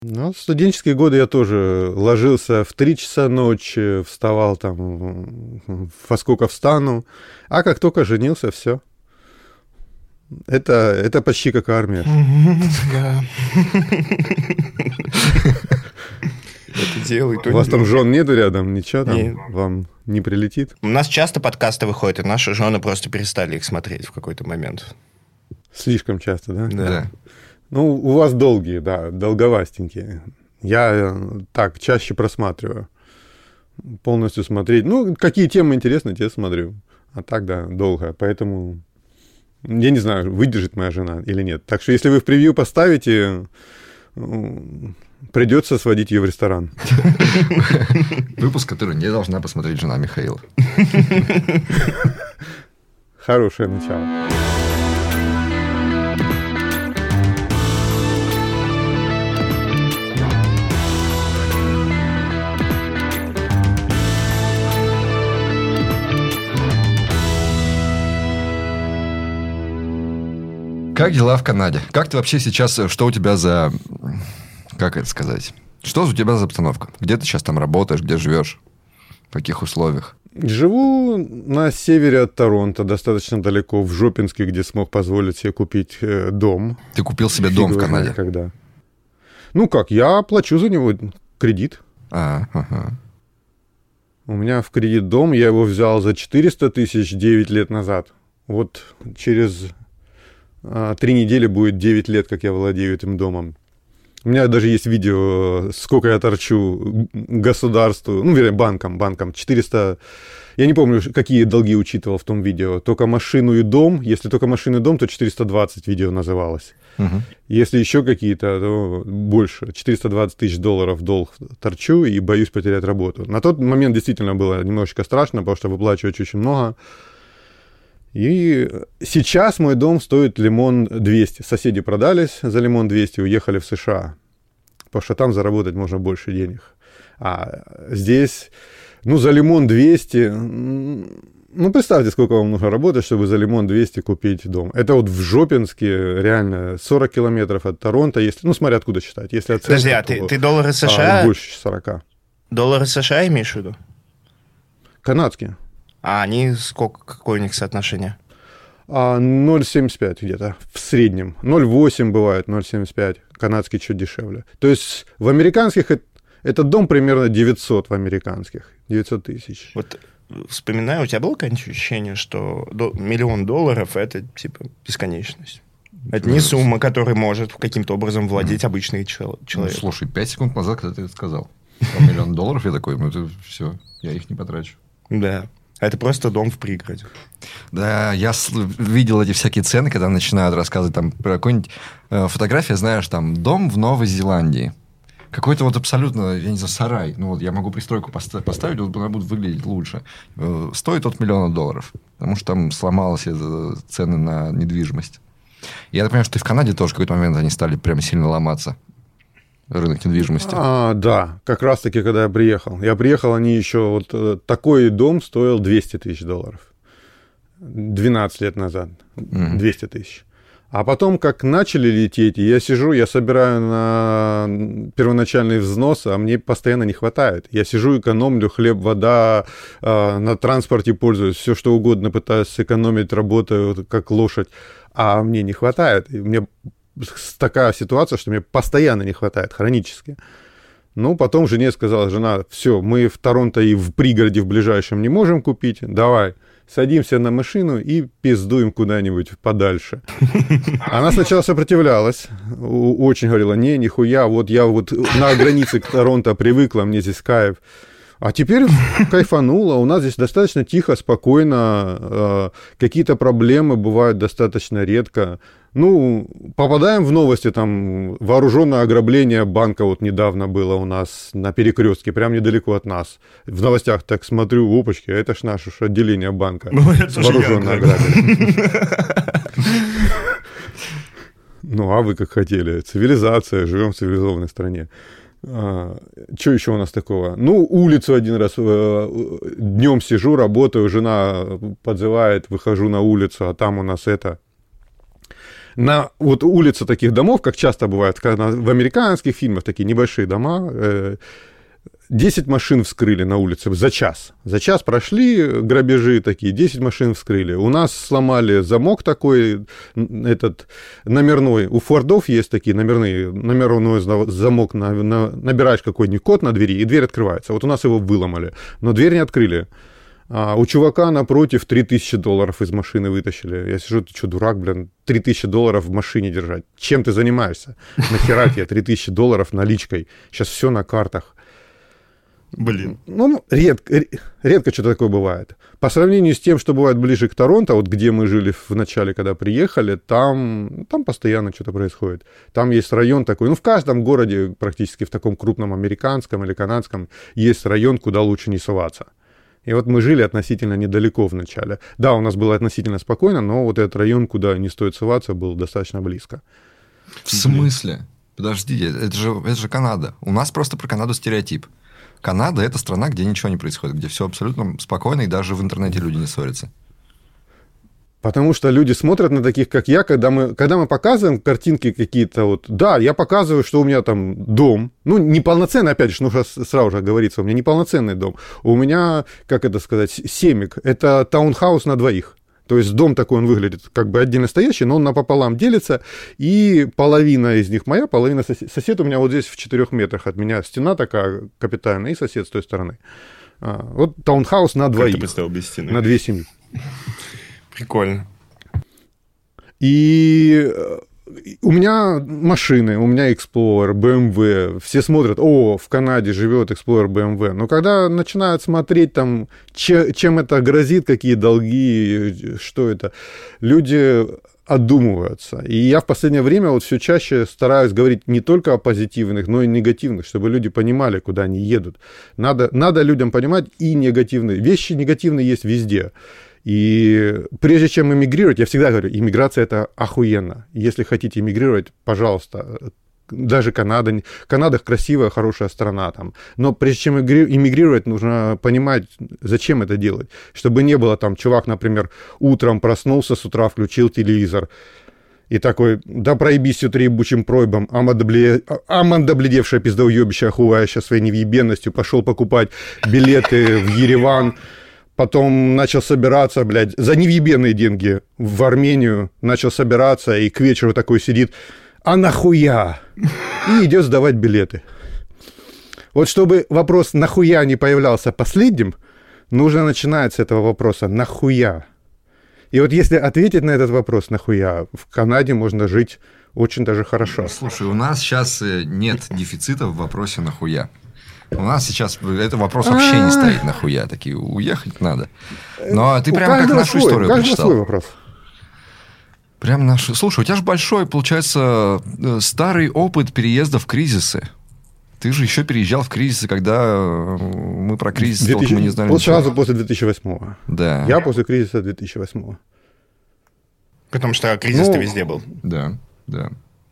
Ну, в студенческие годы я тоже ложился в 3 часа ночи, вставал там во сколько встану, а как только женился, все. Это почти как армия. Это делай. У вас там жен нету рядом, ничего там вам не прилетит? У нас часто подкасты выходят, и наши жены просто перестали их смотреть в какой-то момент. Слишком часто, да? Да. Ну, у вас долгие, да, долговастенькие. Я так чаще просматриваю. Полностью смотреть. Ну, какие темы интересны, те смотрю. А так, да, долго. Поэтому я не знаю, выдержит моя жена или нет. Так что, если вы в превью поставите, придется сводить ее в ресторан. Выпуск, который не должна посмотреть жена Михаила. Хорошее начало. Как дела в Канаде? Как ты вообще сейчас, что у тебя за, как это сказать, что у тебя за обстановка? Где ты сейчас там работаешь, где живешь, в каких условиях? Живу на севере от Торонто, достаточно далеко, в Жопинске, где смог позволить себе купить дом. Ты купил себе дом в Канаде? Когда? Ну как, я плачу за него кредит. Ага. У меня в кредит дом, я его взял за 400 тысяч 9 лет назад. Вот через 3 недели будет 9 лет, как я владею этим домом. У меня даже есть видео, сколько я торчу государству, ну, вернее, банкам. 400... Я не помню, какие долги учитывал в том видео. Только машину и дом. Если только машину и дом, то 420 видео называлось. Угу. Если еще какие-то, то больше. 420 тысяч долларов долг торчу и боюсь потерять работу. На тот момент действительно было немножечко страшно, потому что выплачивать очень много. И сейчас мой дом стоит лимон 200. Соседи продались за лимон 200, уехали в США, потому что там заработать можно больше денег. А здесь, ну, за лимон 200, ну, представьте, сколько вам нужно работать, чтобы за лимон 200 купить дом. Это вот в Жопинске, реально, 40 километров от Торонто, если, ну, смотря откуда считать. Если от Подожди, центра, ты доллары США? Больше 40. Доллары США имеешь в виду? Канадские. А они сколько, какое у них соотношение? 0,75 где-то в среднем. 0,8 бывает, 0,75. Канадский чуть дешевле. То есть в американских этот дом примерно 900 в американских. 900 тысяч. Вот вспоминаю, у тебя было какое-нибудь ощущение, что $1 миллион это типа бесконечность? Это не сумма, которой может каким-то образом владеть обычный человек. Ну, слушай, 5 секунд назад, когда ты это сказал, $1 миллион, я такой, ну это все, я их не потрачу. Да. Это просто дом в пригороде. Да, я видел эти всякие цены, когда начинают рассказывать там про какую-нибудь фотографию, знаешь, там дом в Новой Зеландии. Какой-то вот абсолютно, я не знаю, сарай. Ну вот я могу пристройку поставить, вот она будет выглядеть лучше. Стоит от $1 миллиона, потому что там сломалась цены на недвижимость. Я так понимаю, что и в Канаде тоже в какой-то момент они стали прям сильно ломаться. Рынок недвижимости. Да, как раз-таки, когда я приехал. Я приехал, они еще... Вот такой дом стоил $200 тысяч. 12 лет назад. 200 тысяч. А потом, как начали лететь, я сижу, я собираю на первоначальный взнос, а мне постоянно не хватает. Я сижу, экономлю хлеб, вода, на транспорте пользуюсь, все что угодно пытаюсь сэкономить, работаю как лошадь, а мне не хватает. И мне такая ситуация, что мне постоянно не хватает, хронически. Ну, потом жене сказала, жена, все, мы в Торонто и в пригороде в ближайшем не можем купить, давай, садимся на машину и пиздуем куда-нибудь подальше. Она сначала сопротивлялась, очень говорила, нихуя, вот я вот на границе к Торонто привыкла, мне здесь кайф. А теперь кайфануло, у нас здесь достаточно тихо, спокойно, какие-то проблемы бывают достаточно редко. Ну, попадаем в новости, там, вооруженное ограбление банка вот недавно было у нас на перекрестке, прям недалеко от нас. В новостях так смотрю, опачки, это ж наше отделение банка. Вооруженное ограбление. Ну, а вы как хотели. Цивилизация, живем в цивилизованной стране. Что еще у нас такого? Ну, улицу один раз днем сижу, работаю, жена подзывает, выхожу на улицу, а там у нас на вот улице таких домов, как часто бывает в американских фильмах, такие небольшие дома, 10 машин вскрыли на улице за час. За час прошли грабежи такие, 10 машин вскрыли. У нас сломали замок такой, этот номерной. У Фордов есть такие номерной замок, набираешь какой-нибудь код на двери, и дверь открывается. Вот у нас его выломали, но дверь не открыли. А у чувака напротив $3000 из машины вытащили. Я сижу, ты что, дурак, блин, $3000 в машине держать? Чем ты занимаешься? Нахера тебе $3000 наличкой? Сейчас все на картах. Блин. Ну, редко что-то такое бывает. По сравнению с тем, что бывает ближе к Торонто, вот где мы жили в начале, когда приехали, там постоянно что-то происходит. Там есть район такой, ну, в каждом городе, практически в таком крупном американском или канадском, есть район, куда лучше не соваться. И вот мы жили относительно недалеко в начале. Да, у нас было относительно спокойно, но вот этот район, куда не стоит соваться, был достаточно близко. В смысле? Подожди, это же Канада. У нас просто про Канаду стереотип. Канада – это страна, где ничего не происходит, где все абсолютно спокойно, и даже в интернете люди не ссорятся. Потому что люди смотрят на таких, как я, когда мы показываем картинки какие-то, вот, да, я показываю, что у меня там дом, ну, неполноценный, опять же, ну, сразу же говорится, у меня неполноценный дом, у меня, как это сказать, семик, это таунхаус на двоих. То есть дом такой, он выглядит как бы отдельно стоящий, но он напополам делится, и половина из них моя, половина сосед у меня вот здесь в 4 метрах от меня стена такая капитальная, и сосед с той стороны. Вот таунхаус на двоих. Как ты представил без стены? На 2 семьи. Прикольно. И у меня машины, у меня Explorer, BMW, все смотрят, о, в Канаде живет Explorer, BMW. Но когда начинают смотреть там, чем это грозит, какие долги, что это, люди отдумываются. И я в последнее время вот все чаще стараюсь говорить не только о позитивных, но и негативных, чтобы люди понимали, куда они едут. Надо людям понимать и негативные. Вещи негативные есть везде. И прежде чем эмигрировать, я всегда говорю, иммиграция – это охуенно. Если хотите эмигрировать, пожалуйста, даже Канада. Канада красивая, хорошая страна там. Но прежде чем эмигрировать, нужно понимать, зачем это делать. Чтобы не было там, чувак, например, утром проснулся, с утра включил телевизор, и такой, да проебись все ебучим пройбом, амандабледевшая пиздоуебища, охуающая своей невъебенностью, пошел покупать билеты в Ереван. Потом начал собираться, блядь, за невъебенные деньги в Армению, начал собираться, и к вечеру такой сидит, а нахуя? И идет сдавать билеты. Вот чтобы вопрос нахуя не появлялся последним, нужно начинать с этого вопроса нахуя. И вот если ответить на этот вопрос нахуя, в Канаде можно жить очень даже хорошо. Слушай, у нас сейчас нет дефицита в вопросе нахуя. У нас сейчас этот вопрос вообще не стоит нахуя. Такие, уехать надо. Но ты прямо как нашу историю прочитал. Свой вопрос. Прям нашу. Слушай, у тебя же большой, получается, старый опыт переезда в кризисы. Ты же еще переезжал в кризисы, когда мы про кризис толком не знали. Вот сразу после 2008-го. Да. Я после кризиса 2008-го. Потому что кризис-то везде был. Да, да.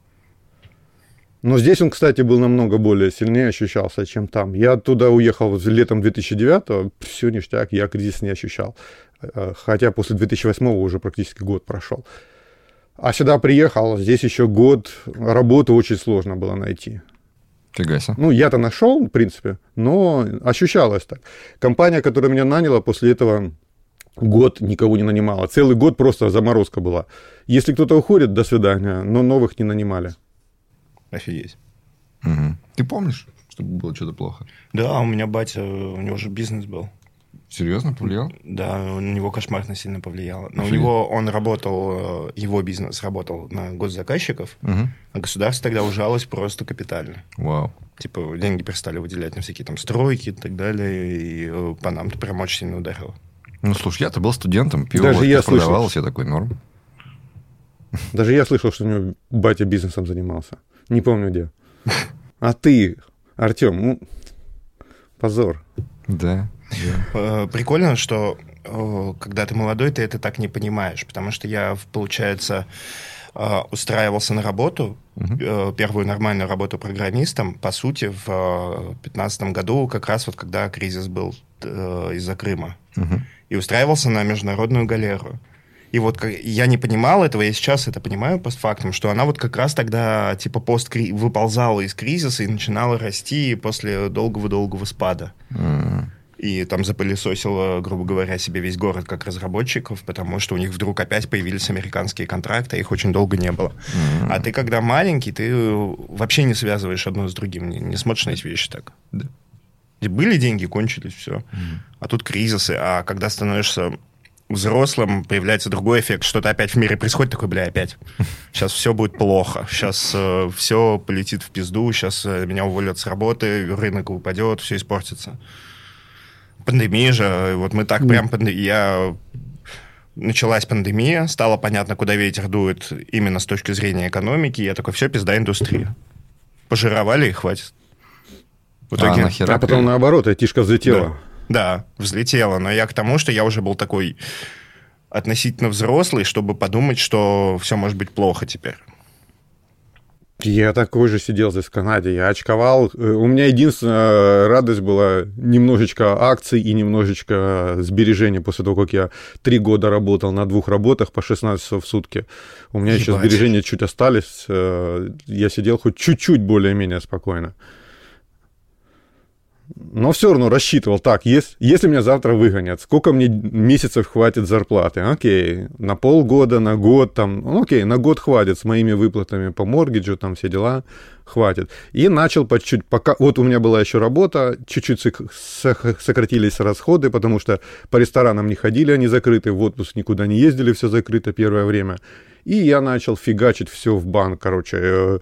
Но здесь он, кстати, был намного более сильнее ощущался, чем там. Я оттуда уехал летом 2009-го, все ништяк, я кризис не ощущал. Хотя после 2008-го уже практически год прошел. А сюда приехал, здесь еще год, работу очень сложно было найти. Фига себе. Ну, я-то нашел, в принципе, но ощущалось так. Компания, которая меня наняла, после этого год никого не нанимала. Целый год просто заморозка была. Если кто-то уходит, до свидания, но новых не нанимали. Офигеть. Угу. Ты помнишь, чтобы было что-то плохо? Да, у меня батя, у него же бизнес был. Серьезно, повлиял? Да, на него кошмарно сильно повлияло. Но у него, он работал, его бизнес работал на госзаказчиков, а государство тогда ужалось просто капитально. Вау. Типа деньги перестали выделять на всякие там стройки и так далее, и по нам-то прям очень сильно ударило. Ну, слушай, я-то был студентом, пиво даже я продавалось, я такой, норм. Даже я слышал, что у него батя бизнесом занимался. Не помню где. А ты, Артем, ну, позор. Да. Прикольно, что когда ты молодой, ты это так не понимаешь, потому что я, получается, устраивался на работу, первую нормальную работу программистом, по сути, в 2015 году, как раз вот когда кризис был из-за Крыма. И устраивался на международную галеру. И вот я не понимал этого, я сейчас это понимаю постфактум, что она вот как раз тогда типа выползала из кризиса и начинала расти после долгого-долгого спада. И там запылесосила, грубо говоря, себе весь город как разработчиков, потому что у них вдруг опять появились американские контракты, а их очень долго не было. А ты, когда маленький, ты вообще не связываешь одно с другим, не смотришь на эти вещи так. Да. Были деньги, кончились, все. А тут кризисы. А когда становишься взрослым, появляется другой эффект. Что-то опять в мире происходит, такой, опять. Сейчас все будет плохо. Сейчас все полетит в пизду. Сейчас меня уволят с работы, рынок упадет, все испортится. Пандемия же. Вот мы так прям... Началась пандемия, стало понятно, куда ветер дует именно с точки зрения экономики. Я такой, все, пизда индустрия. Пожировали и хватит. В итоге... А потом наоборот, айтишка взлетела. Да, взлетела. Но я к тому, что я уже был такой относительно взрослый, чтобы подумать, что все может быть плохо теперь. Я такой же сидел здесь в Канаде, я очковал. У меня единственная радость была немножечко акций и немножечко сбережений после того, как я 3 года работал на 2 работах по 16 часов в сутки. У меня еще сбережения чуть остались. Я сидел хоть чуть-чуть более-менее спокойно. Но все равно рассчитывал, так, если меня завтра выгонят, сколько мне месяцев хватит зарплаты? Окей, на полгода, на год, там, окей, на год хватит с моими выплатами по моргиджу, там все дела, хватит. И начал по чуть-чуть, пока, вот у меня была еще работа, чуть-чуть сократились расходы, потому что по ресторанам не ходили, они закрыты, в отпуск никуда не ездили, все закрыто первое время. И я начал фигачить все в банк, короче,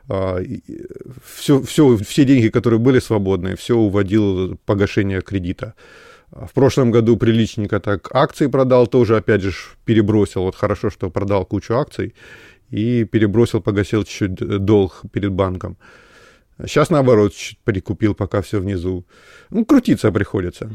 все деньги, которые были свободные, все уводил в погашение кредита. В прошлом году приличненько так акции продал, тоже опять же перебросил, вот хорошо, что продал кучу акций и перебросил, погасил чуть-чуть долг перед банком. Сейчас наоборот чуть прикупил, пока все внизу. Ну, крутиться приходится.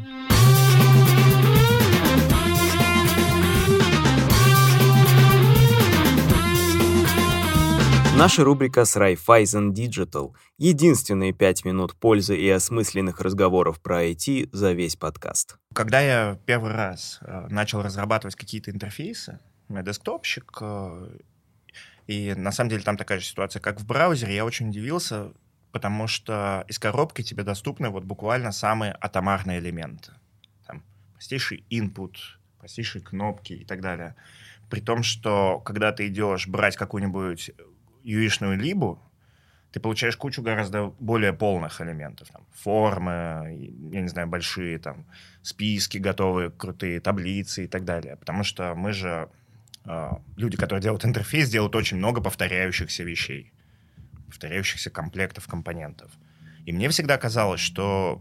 Наша рубрика с Raiffeisen Digital. Единственные 5 минут пользы и осмысленных разговоров про IT за весь подкаст. Когда я первый раз начал разрабатывать какие-то интерфейсы, у меня десктопщик, и на самом деле там такая же ситуация, как в браузере, я очень удивился, потому что из коробки тебе доступны вот буквально самые атомарные элементы. Там простейший input, простейшие кнопки и так далее. При том, что когда ты идешь брать какую-нибудь UI-шную либу, ты получаешь кучу гораздо более полных элементов. Там, формы, я не знаю, большие там, списки готовые, крутые таблицы и так далее. Потому что мы же, люди, которые делают интерфейс, делают очень много повторяющихся вещей, повторяющихся комплектов, компонентов. И мне всегда казалось, что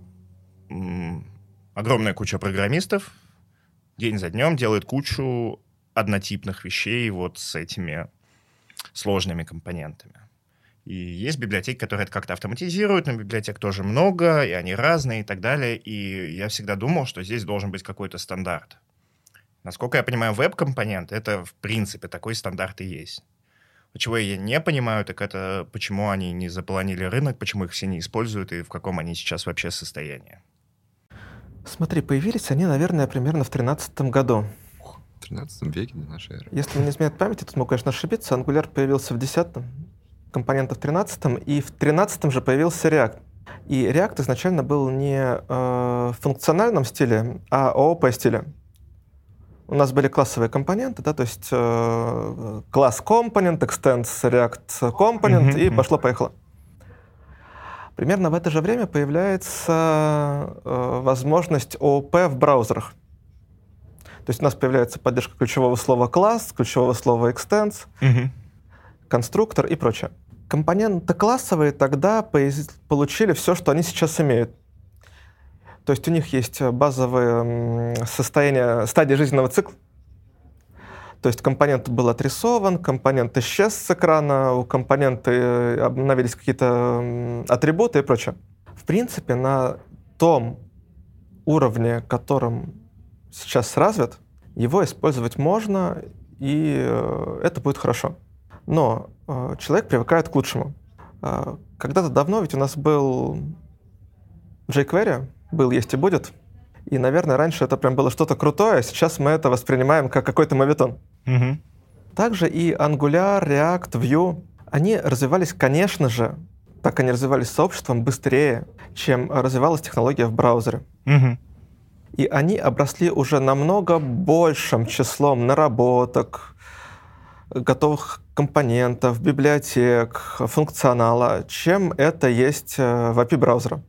огромная куча программистов день за днем делает кучу однотипных вещей вот с этими сложными компонентами. И есть библиотеки, которые это как-то автоматизируют, но библиотек тоже много, и они разные и так далее. И я всегда думал, что здесь должен быть какой-то стандарт. Насколько я понимаю, веб-компонент — это, в принципе, такой стандарт и есть. Чего я не понимаю, так это почему они не заполонили рынок, почему их все не используют и в каком они сейчас вообще состоянии. Смотри, появились они, наверное, примерно в 2013 году. В 13 веке до нашей эры. Если мне не изменяет память, тут могу, конечно, ошибиться. Angular появился в 10-м, компоненты в 13-м, и в 13-м же появился React. И React изначально был не в функциональном стиле, а ООП стиле. У нас были классовые компоненты, да, то есть класс Component, Extends React Component, и пошло-поехало. Примерно в это же время появляется возможность ООП в браузерах. То есть у нас появляется поддержка ключевого слова класс, ключевого слова extends, конструктор и прочее. Компоненты классовые тогда получили все, что они сейчас имеют. То есть у них есть базовые состояния, стадии жизненного цикла. То есть компонент был отрисован, компонент исчез с экрана, у компонента обновились какие-то атрибуты и прочее. В принципе, на том уровне, которым сейчас развит, его использовать можно, и это будет хорошо. Но человек привыкает к лучшему. Когда-то давно ведь у нас был jQuery, был, есть и будет. И, наверное, раньше это прям было что-то крутое, а сейчас мы это воспринимаем как какой-то моветон. Также и Angular, React, Vue, они развивались, конечно же, так они развивались сообществом быстрее, чем развивалась технология в браузере. И они обросли уже намного большим числом наработок, готовых компонентов, библиотек, функционала, чем это есть в API браузера.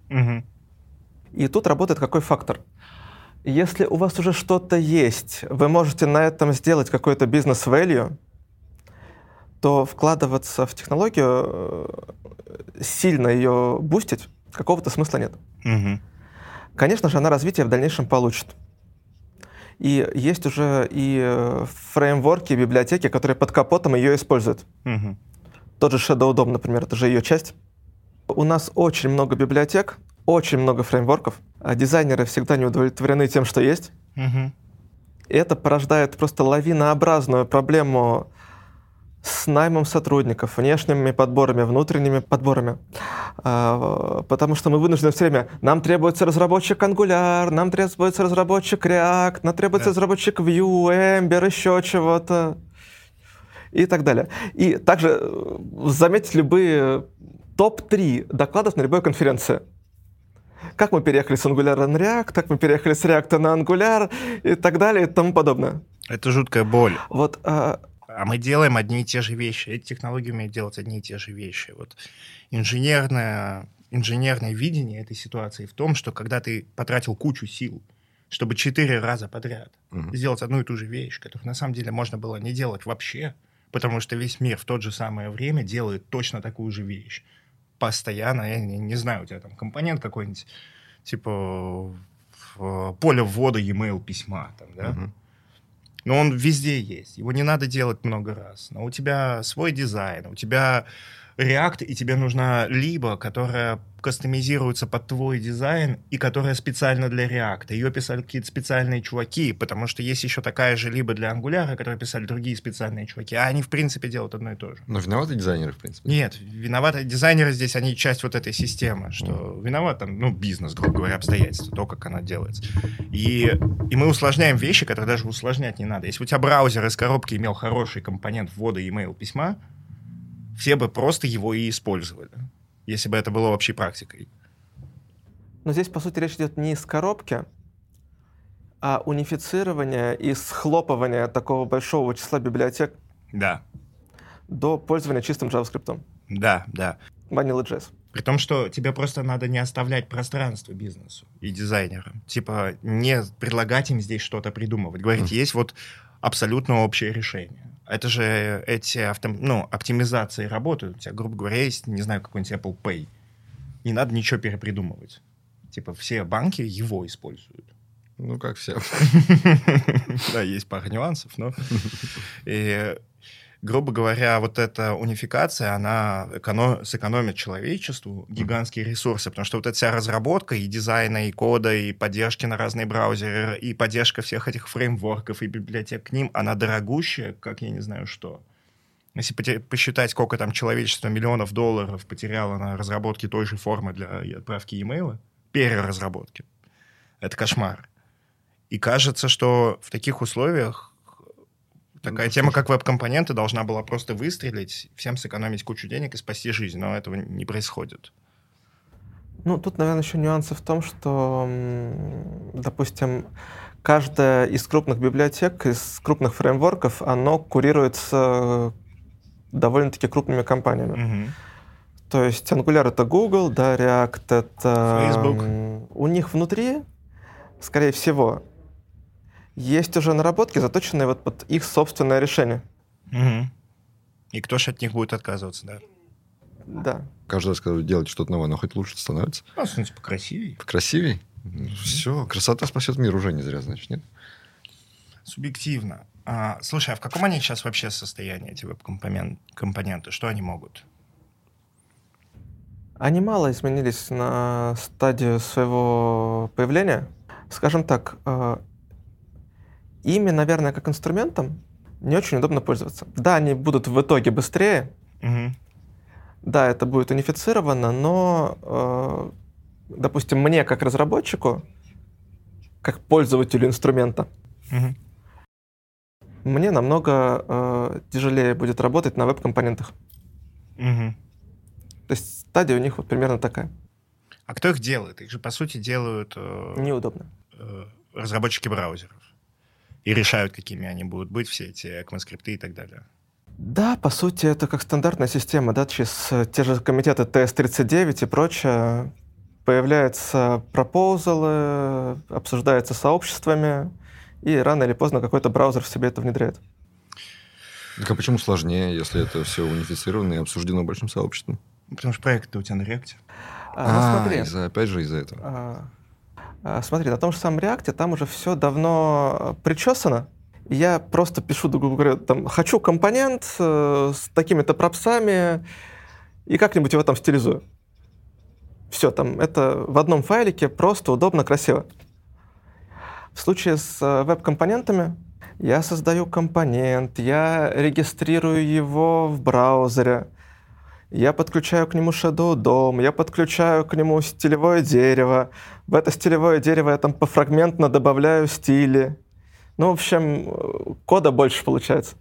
И тут работает какой фактор? Если у вас уже что-то есть, вы можете на этом сделать какой-то бизнес-value, то вкладываться в технологию, сильно ее бустить, какого-то смысла нет. Конечно же, она развитие в дальнейшем получит. И есть уже и фреймворки, и библиотеки, которые под капотом ее используют. Тот же Shadow DOM, например, это же ее часть. У нас очень много библиотек, очень много фреймворков, а дизайнеры всегда не удовлетворены тем, что есть. И это порождает просто лавинообразную проблему с наймом сотрудников, внешними подборами, внутренними подборами. Потому что мы вынуждены все время, нам требуется разработчик Angular, нам требуется разработчик React, нам требуется разработчик Vue, Ember, еще чего-то и так далее. И также заметьте любые топ-3 докладов на любой конференции. Как мы переехали с Angular на React, как мы переехали с React на Angular и так далее и тому подобное. Это жуткая боль. Вот, а мы делаем одни и те же вещи. Эти технологии умеют делать одни и те же вещи. Вот инженерное видение этой ситуации в том, что когда ты потратил кучу сил, чтобы 4 раза подряд сделать одну и ту же вещь, которую на самом деле можно было не делать вообще, потому что весь мир в то же самое время делает точно такую же вещь. Постоянно, я не знаю, у тебя там компонент какой-нибудь, типа поле ввода e-mail письма, там, да? Но он везде есть, его не надо делать много раз. Но у тебя свой дизайн, у тебя React, и тебе нужна либо, которая кастомизируется под твой дизайн и которая специально для React. Ее писали какие-то специальные чуваки, потому что есть еще такая же либо для Angular, которую писали другие специальные чуваки, а они, в принципе, делают одно и то же. Но виноваты дизайнеры, в принципе. Нет, виноваты дизайнеры здесь, они часть вот этой системы, что виноват там, бизнес, грубо говоря, обстоятельства, то, как она делается. И мы усложняем вещи, которые даже усложнять не надо. Если у тебя браузер из коробки имел хороший компонент ввода email письма, все бы просто его и использовали, если бы это было общей практикой. Но здесь, по сути, речь идет не из коробки, а унифицирование и схлопывание такого большого числа библиотек до пользования чистым JavaScript. Да. Vanilla.js. При том, что тебе просто надо не оставлять пространство бизнесу и дизайнерам. Типа не предлагать им здесь что-то придумывать. Говорить, есть вот абсолютно общее решение. Это же эти оптимизации работают. У тебя, грубо говоря, есть, не знаю, какой-нибудь Apple Pay. Не надо ничего перепридумывать. Типа все банки его используют. Ну, как все. Да, есть пара нюансов, но... И, грубо говоря, вот эта унификация, она сэкономит человечеству гигантские ресурсы, потому что вот эта вся разработка и дизайна, и кода, и поддержки на разные браузеры, и поддержка всех этих фреймворков и библиотек к ним, она дорогущая, как я не знаю что. Если посчитать, сколько там человечество миллионов долларов потеряло на разработке той же формы для отправки e-mail, переразработки, это кошмар. И кажется, что в таких условиях такая тема, как веб-компоненты, должна была просто выстрелить, всем сэкономить кучу денег и спасти жизнь, но этого не происходит. Ну, тут, наверное, еще нюансы в том, что, допустим, каждая из крупных библиотек, из крупных фреймворков, оно курируется довольно-таки крупными компаниями. То есть Angular — это Google, да, React — это... Facebook. У них внутри, скорее всего, есть уже наработки, заточенные вот под их собственное решение. И кто же от них будет отказываться, да? Да. Каждый раз, когда делать что-то новое, оно хоть лучше становится. Ну, в смысле, покрасивее. Покрасивей? Все, красота спасет мир уже не зря, значит, нет? Субъективно. Слушай, а в каком они сейчас вообще состоянии, эти веб-компоненты? Что они могут? Они мало изменились на стадию своего появления. Скажем так, ими, наверное, как инструментом не очень удобно пользоваться. Да, они будут в итоге быстрее, да, это будет унифицировано, но, допустим, мне как разработчику, как пользователю инструмента, мне намного тяжелее будет работать на веб-компонентах. Угу. То есть стадия у них вот примерно такая. А кто их делает? Их же, по сути, делают Неудобно. Разработчики браузеров. И решают, какими они будут быть, все эти ECMAScript и так далее. Да, по сути, это как стандартная система, да, через те же комитеты TS39 и прочее. Появляются пропозалы, обсуждается сообществами, и рано или поздно какой-то браузер в себе это внедряет. Так а почему сложнее, если это все унифицировано и обсуждено большим сообществом? Потому что проект у тебя на React. Смотри, опять же из-за этого. Смотри, на том же самом React там уже все давно причесано. Я просто пишу, грубо говоря, там, хочу компонент с такими-то пропсами и как-нибудь его там стилизую. Все, там это в одном файлике, просто, удобно, красиво. В случае с веб-компонентами я создаю компонент, я регистрирую его в браузере, я подключаю к нему Shadow DOM, я подключаю к нему стилевое дерево. В это стилевое дерево я там пофрагментно добавляю стили. Ну, в общем, кода больше получается.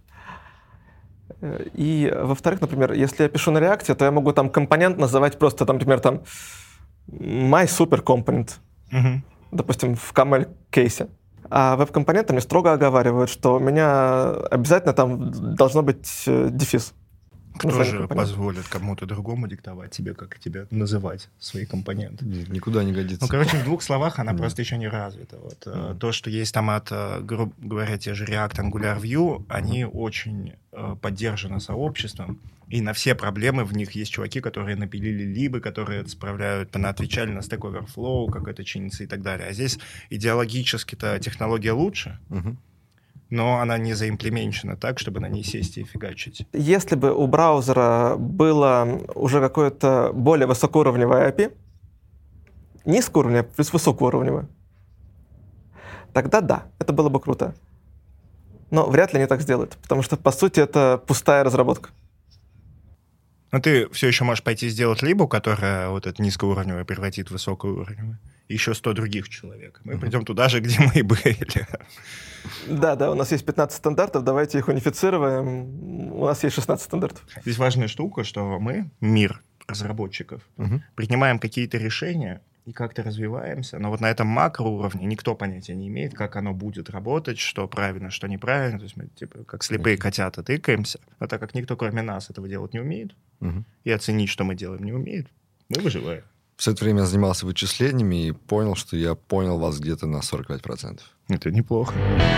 И, во-вторых, например, если я пишу на React, то я могу там компонент называть просто, там, например, там my super component, допустим, в camel кейсе. А веб-компоненты мне строго оговаривают, что у меня обязательно там должно быть дефис. Кто же позволит кому-то другому диктовать тебе, как тебе называть свои компоненты? Никуда не годится. Ну, короче, в двух словах она просто еще не развита. Вот, то, что есть там от, грубо говоря, те же React, Angular, Vue, они очень поддержаны сообществом, и на все проблемы в них есть чуваки, которые напилили либо, которые это справляют, отвечали на Stack Overflow, как это чинится и так далее. А здесь идеологически-то технология лучше, но она не заимплементирована так, чтобы на ней сесть и фигачить. Если бы у браузера было уже какое-то более высокоуровневое API, низкоуровневое плюс высокоуровневое, тогда да, это было бы круто. Но вряд ли они так сделают, потому что, по сути, это пустая разработка. Но ты все еще можешь пойти сделать либо, которая вот это низкоуровневое превратит в высокоуровневое, и еще 100 других человек. Мы придем туда же, где мы и были. Да, у нас есть 15 стандартов, давайте их унифицируем. У нас есть 16 стандартов. Здесь важная штука, что мы, мир разработчиков, принимаем какие-то решения и как-то развиваемся, но вот на этом макроуровне никто понятия не имеет, как оно будет работать, что правильно, что неправильно. То есть мы типа как слепые котята тыкаемся, но так как никто кроме нас этого делать не умеет, и оценить, что мы делаем, не умеет, мы выживаем. Все это время я занимался вычислениями и понял, что я понял вас где-то на 45%. Это неплохо.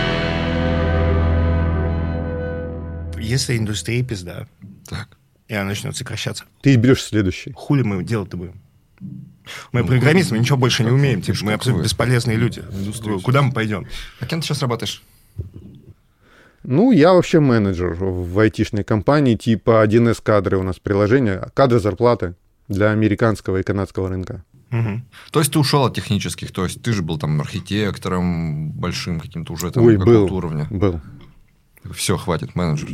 Если индустрия пизда, Так. и она начнет сокращаться, Ты берешь следующий. хули мы делать-то будем? Мы программисты, мы ничего больше не умеем. Типа, мы абсолютно бесполезные люди. Куда мы пойдем? А кем ты сейчас работаешь? Ну, я вообще менеджер в айтишной компании типа 1С кадры у нас приложение. Кадры зарплаты для американского и канадского рынка. То есть ты ушел от технических, то есть ты же был там архитектором большим каким-то уже там Ой, какого-то был, уровня. был. Все, хватит, менеджер.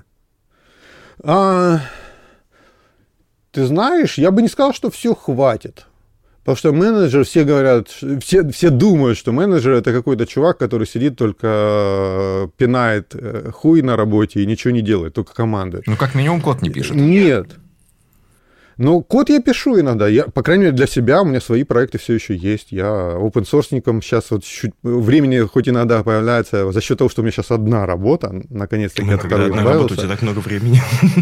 Ты знаешь, я бы не сказал, что все хватит. Потому что менеджер, все говорят, все думают, что менеджер это какой-то чувак, который сидит только пинает хуй на работе и ничего не делает, только командует. Ну, как минимум, код не пишет. Нет. Но код я пишу иногда. По крайней мере, для себя у меня свои проекты все еще есть. Я опенсорсником сейчас вот чуть времени хоть иногда появляется за счет того, что у меня сейчас одна работа, наконец-таки от второй избавился. Работа, у тебя так много времени.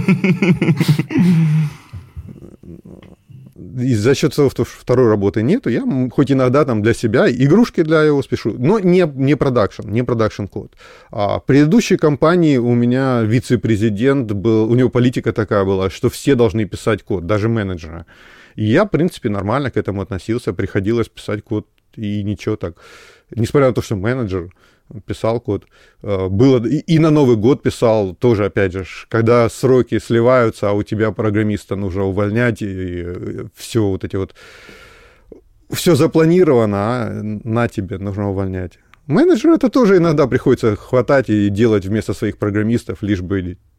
И за счет того, что второй работы нету, я хоть иногда там для себя игрушки для его спешу, но не продакшн код. А в предыдущей компании у меня вице-президент был, у него политика такая была, что все должны писать код, даже менеджеры. И я, в принципе, нормально к этому относился, приходилось писать код, и ничего так. Несмотря на то, что менеджер писал код. Было, и на Новый год писал тоже, опять же, когда сроки сливаются, а у тебя программиста нужно увольнять, и все вот эти вот... Все запланировано, а на тебе нужно увольнять. Менеджер это тоже иногда приходится хватать и делать вместо своих программистов, лишь бы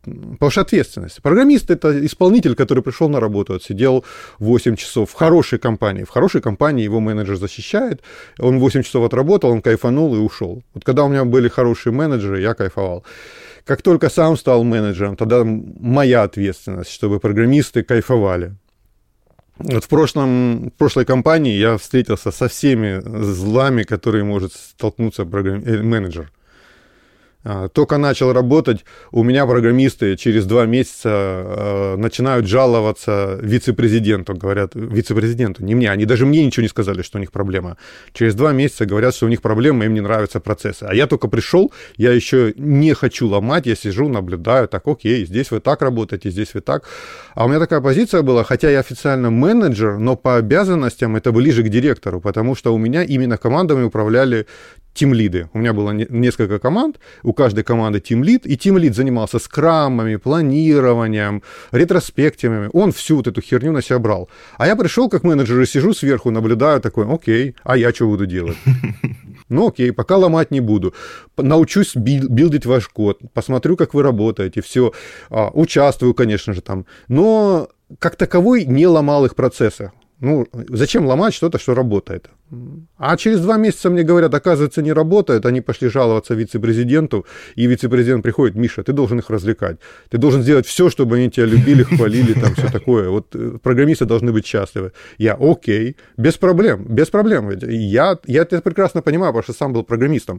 Потому что ответственность. Программист – это исполнитель, который пришел на работу, отсидел 8 часов в хорошей компании. В хорошей компании его менеджер защищает, он 8 часов отработал, он кайфанул и ушел. Вот когда у меня были хорошие менеджеры, я кайфовал. Как только сам стал менеджером, тогда моя ответственность, чтобы программисты кайфовали. Вот в прошлой компании я встретился со всеми злами, которые может столкнуться менеджер. Только начал работать, у меня программисты через 2 месяца начинают жаловаться вице-президенту. Говорят, вице-президенту, не мне. Они даже мне ничего не сказали, что у них проблема. Через 2 месяца говорят, что у них проблема, им не нравятся процессы. А я только пришел, я еще не хочу ломать, я сижу, наблюдаю, так, окей, здесь вы так работаете, здесь вы так. А у меня такая позиция была, хотя я официально менеджер, но по обязанностям это ближе к директору, потому что у меня именно командами управляли тимлиды. У меня было несколько команд, у каждой команды тимлид, и тимлид занимался скрамами, планированием, ретроспективами. Он всю вот эту херню на себя брал. А я пришел как менеджер и сижу сверху, наблюдаю, такой, окей, а я что буду делать? Ну окей, пока ломать не буду. Научусь билдить ваш код, посмотрю, как вы работаете, все. Участвую, конечно же, там. Но как таковой не ломал их процессы. Ну, зачем ломать что-то, что работает? А через 2 месяца мне говорят, оказывается, не работает. Они пошли жаловаться вице-президенту, и вице-президент приходит: Миша, ты должен их развлекать. Ты должен сделать все, чтобы они тебя любили, хвалили, там все такое. Вот программисты должны быть счастливы. Я, окей, без проблем, без проблем. Я это прекрасно понимаю, потому что сам был программистом.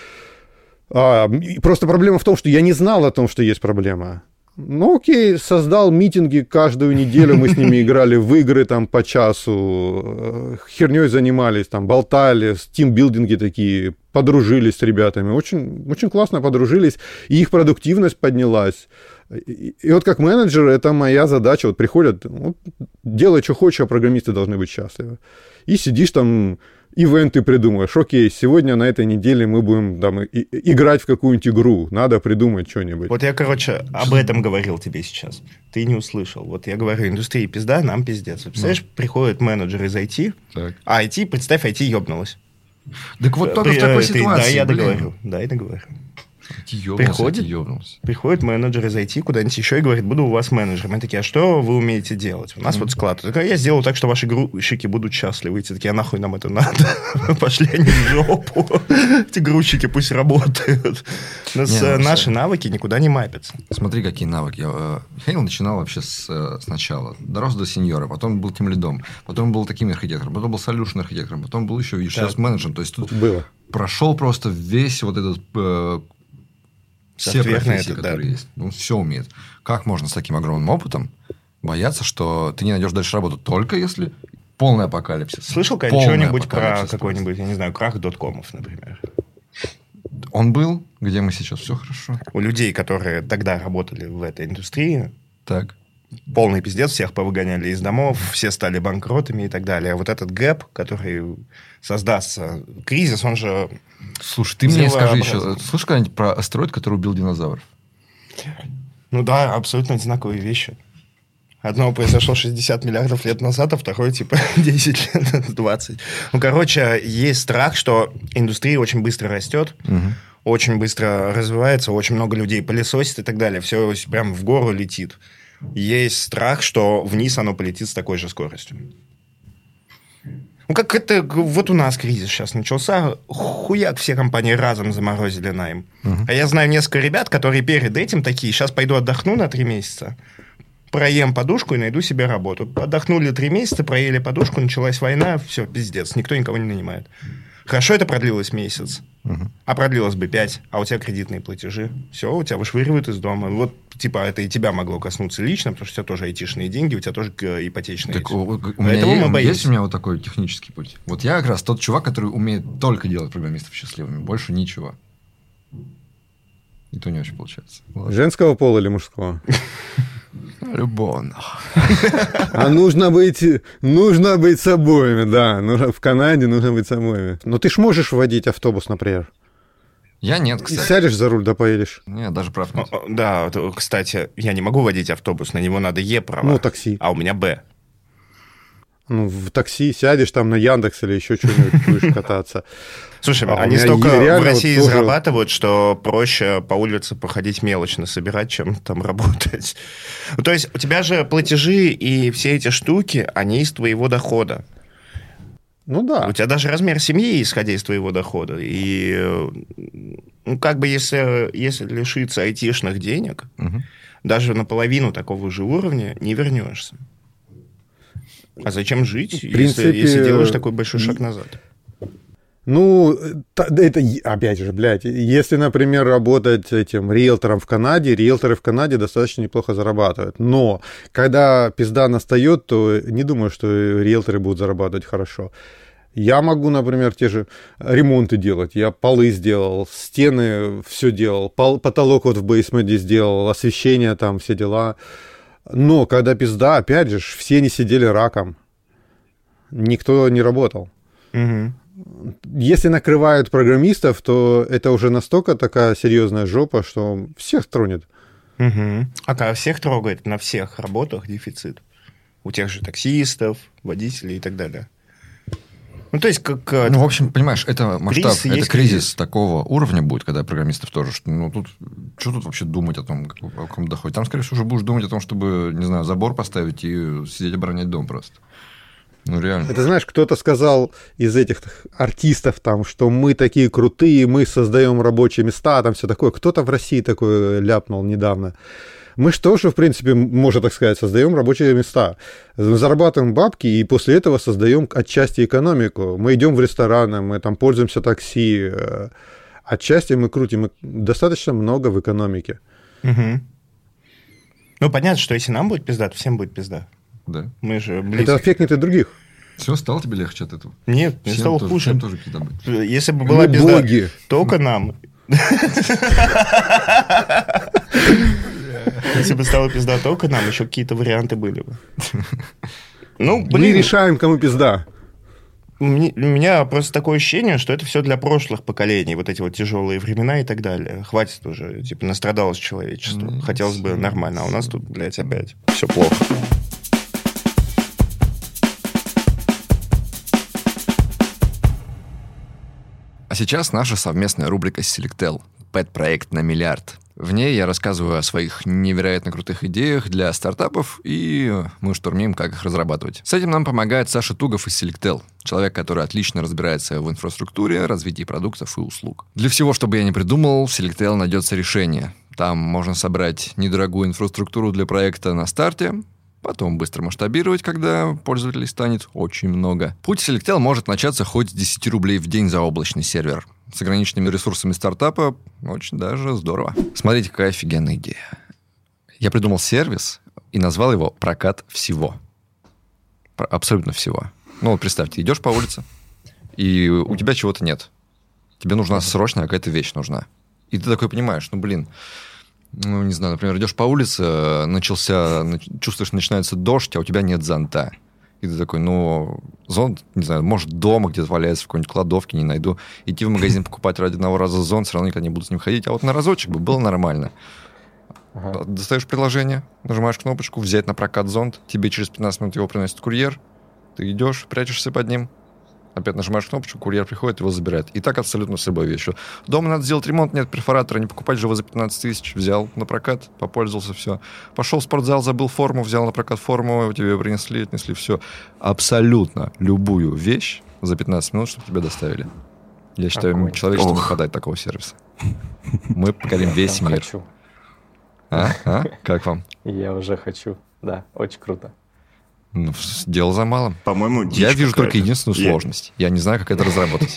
Просто проблема в том, что я не знал о том, что есть проблема. Ну, окей, создал митинги каждую неделю, мы с ними играли в игры там по часу, херней занимались, там болтали, тимбилдинги такие, подружились с ребятами, очень, очень классно подружились, и их продуктивность поднялась. И вот как менеджер, это моя задача, вот приходят, вот, делай, что хочешь, а программисты должны быть счастливы. И сидишь там, ивенты придумаешь, окей, сегодня на этой неделе мы будем там играть в какую-нибудь игру, надо придумать что-нибудь. Вот я, короче, об этом говорил тебе сейчас, ты не услышал. Вот я говорю, индустрия пизда, нам пиздец. Представляешь, приходит менеджер из IT, так. А IT, представь, IT ёбнулась. Так вот только в такой ситуации, Да, я договорю, Приходит менеджер из IT куда-нибудь еще и говорит, буду у вас менеджером. Мы такие, а что вы умеете делать? У нас вот склад. Я сделаю так, что ваши грузчики будут счастливы. И такие, а нахуй нам это надо? Пошли они в жопу. Эти грузчики пусть работают. Наши навыки никуда не мапятся. Смотри, какие навыки. Михаил начинал вообще сначала. Дорос до сеньора, потом был тимлидом, потом был таким архитектором, потом был solution архитектором, потом был еще сейчас менеджером. То есть тут прошел просто весь вот этот... Все профессии, которые есть. Ну, все умеет. Как можно с таким огромным опытом бояться, что ты не найдешь дальше работу, только если полный апокалипсис? Слышал что-нибудь про какой-нибудь, я не знаю, крах доткомов, например? Он был, где мы сейчас, все хорошо. У людей, которые тогда работали в этой индустрии, так. Полный пиздец, всех повыгоняли из домов, все стали банкротами и так далее. А вот этот гэп, который создастся, кризис, он же... Слушай, ты мне скажи еще, слышал когда-нибудь про астероид, который убил динозавров? Ну да, абсолютно одинаковые вещи. Одно произошло 60 миллиардов лет назад, а второе, 10 лет, 20. Ну, короче, есть страх, что индустрия очень быстро растет, очень быстро развивается, очень много людей пылесосит и так далее. Все прям в гору летит. Есть страх, что вниз оно полетит с такой же скоростью. Ну, как это... Вот у нас кризис сейчас начался. Хуяк, все компании разом заморозили найм. А я знаю несколько ребят, которые перед этим такие, сейчас пойду отдохну на 3 месяца, проем подушку и найду себе работу. Отдохнули 3 месяца, проели подушку, началась война, все, пиздец, никто никого не нанимает. Хорошо, это продлилось месяц, а продлилось бы 5, а у тебя кредитные платежи. Все, у тебя вышвыривают из дома. Вот, это и тебя могло коснуться лично, потому что у тебя тоже айтишные деньги, у тебя тоже ипотечные. Так есть у меня вот такой технический путь. Вот я как раз тот чувак, который умеет только делать программистов счастливыми, больше ничего. И то не очень получается. Ладно. Женского пола или мужского? Любовно. А нужно быть с обоими, да. В Канаде нужно быть с обоими. Но ты ж можешь водить автобус, например. Я нет, кстати. Сядешь за руль, да поедешь. Нет, даже прав нет. Да, кстати, я не могу водить автобус, на него надо Е права. Ну, такси. А у меня Б. Ну, в такси сядешь там на Яндекс или еще что-нибудь будешь кататься. Слушай, они столько в России зарабатывают, что проще по улице походить мелочно собирать, чем там работать. Ну, то есть у тебя же платежи и все эти штуки, они из твоего дохода. Ну да. У тебя даже размер семьи, исходя из твоего дохода. И, ну, как бы, если лишиться айтишных денег, даже наполовину такого же уровня не вернешься. А зачем жить, если делаешь такой большой шаг назад? Ну, это, опять же, блядь, если, например, работать этим риэлтором в Канаде, риэлторы в Канаде достаточно неплохо зарабатывают. Но когда пизда настает, то не думаю, что риэлторы будут зарабатывать хорошо. Я могу, например, те же ремонты делать. Я полы сделал, стены все делал, потолок вот в бейсменте сделал, освещение там, все дела. Но когда пизда, опять же, все не сидели раком. Никто не работал. Угу. Если накрывают программистов, то это уже настолько такая серьезная жопа, что всех тронет. Угу. А когда всех трогает, на всех работах дефицит. У тех же таксистов, водителей и так далее. Ну, то есть, как... Ну, в общем, понимаешь, это масштаб, это кризис такого уровня будет, когда программистов тоже, что, ну, тут, что тут вообще думать о том, о каком доходе? Там, скорее всего, уже будешь думать о том, чтобы, не знаю, забор поставить и сидеть оборонять дом просто. Ну, реально. Это, знаешь, кто-то сказал из этих артистов, там, что мы такие крутые, мы создаем рабочие места, там все такое. Кто-то в России такое ляпнул недавно. Мы же тоже, в принципе, можно так сказать, создаем рабочие места. Зарабатываем бабки и после этого создаем отчасти экономику. Мы идем в рестораны, мы там пользуемся такси. Отчасти мы крутим достаточно много в экономике. Угу. Ну, понятно, что если нам будет пизда, то всем будет пизда. Да. Мы же близки. Это аффектнет и других. Все, стало тебе легче от этого? Нет, мне стало тоже, хуже. всем тоже пизда будет. Если бы была пизда боги. только нам... Если бы стала пизда только нам, еще какие-то варианты были бы. Ну, блин. Мы решаем, кому пизда. У меня просто такое ощущение, что это все для прошлых поколений, вот эти вот тяжелые времена и так далее. Хватит уже, типа, настрадалось человечество. Хотелось бы нормально, а у нас тут, блядь, опять все плохо. А сейчас наша совместная рубрика Selectel «Пэт-проект на миллиард». В ней я рассказываю о своих невероятно крутых идеях для стартапов, и мы штурмим, как их разрабатывать. С этим нам помогает Саша Тугов из Selectel, человек, который отлично разбирается в инфраструктуре, развитии продуктов и услуг. Для всего, что бы я ни придумал, в Selectel найдется решение. Там можно собрать недорогую инфраструктуру для проекта на старте, потом быстро масштабировать, когда пользователей станет очень много. Путь Selectel может начаться хоть с 10 рублей в день за облачный сервер. С ограниченными ресурсами стартапа очень даже здорово. Смотрите, какая офигенная идея. Я придумал сервис и назвал его «Прокат всего». Абсолютно всего. Ну, вот представь, ты идешь по улице, и у тебя чего-то нет. Тебе нужна срочно какая-то вещь нужна. И ты такой понимаешь, ну, блин, ну, не знаю, например, идешь по улице, чувствуешь, начинается дождь, а у тебя нет зонта. И ты такой, ну, зонт, не знаю, может, дома где-то валяется, в какой-нибудь кладовке, не найду. Идти в магазин покупать ради одного раза зонт, все равно никогда не буду с ним ходить. А вот на разочек бы было нормально. Ага. Достаешь приложение, нажимаешь кнопочку «Взять на прокат зонт», тебе через 15 минут его приносит курьер, ты идешь, прячешься под ним, опять нажимаешь кнопочку, курьер приходит, его забирает. И так абсолютно с любой вещью. Дома надо сделать ремонт, нет перфоратора, не покупать же его за 15 тысяч. Взял на прокат, попользовался, все. Пошел в спортзал, забыл форму, взял на прокат форму, тебе принесли, отнесли, все. Абсолютно любую вещь за 15 минут, чтобы тебе доставили. Я считаю, человечеству не хватает такого сервиса. Мы покорим весь мир. Хочу. Как вам? Я уже хочу. Да, очень круто. Ну, дело за малым. По-моему, я вижу только единственную сложность. Я не знаю, как это разработать.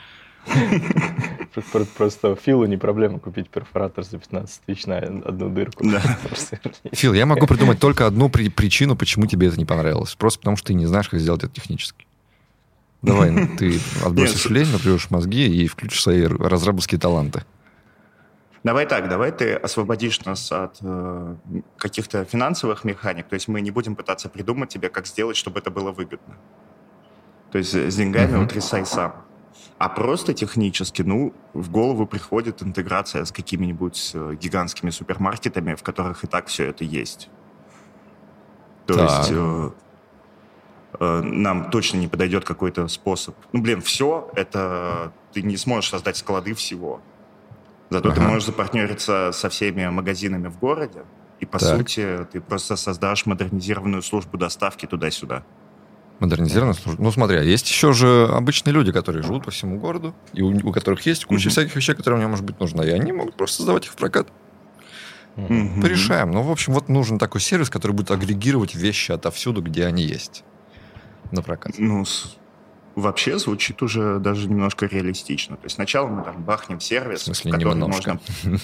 Просто Филу не проблема купить перфоратор за 15 тысяч на одну дырку. Фил, я могу придумать только одну причину, почему тебе это не понравилось. Просто потому, что ты не знаешь, как сделать это технически. Давай, ты отбросишь лень, напряжешь мозги и включишь свои разработские таланты. Давай ты освободишь нас от каких-то финансовых механик, то есть мы не будем пытаться придумать тебе, как сделать, чтобы это было выгодно. То есть с деньгами утрясай сам. А просто технически, в голову приходит интеграция с какими-нибудь гигантскими супермаркетами, в которых и так все это есть. То есть нам точно не подойдет какой-то способ. Все это ты не сможешь создать склады всего. Зато ты можешь запартнериться со всеми магазинами в городе, и, по сути, ты просто создашь модернизированную службу доставки туда-сюда. Модернизированную службу? Ну, смотри, есть еще же обычные люди, которые живут по всему городу, и у которых есть куча всяких вещей, которые мне, может быть, нужны, и они могут просто сдавать их в прокат. Порешаем. Ну, в общем, вот нужен такой сервис, который будет агрегировать вещи отовсюду, где они есть на прокат. Вообще звучит уже даже немножко реалистично. То есть сначала мы там бахнем сервис, в смысле, который немножко. можно...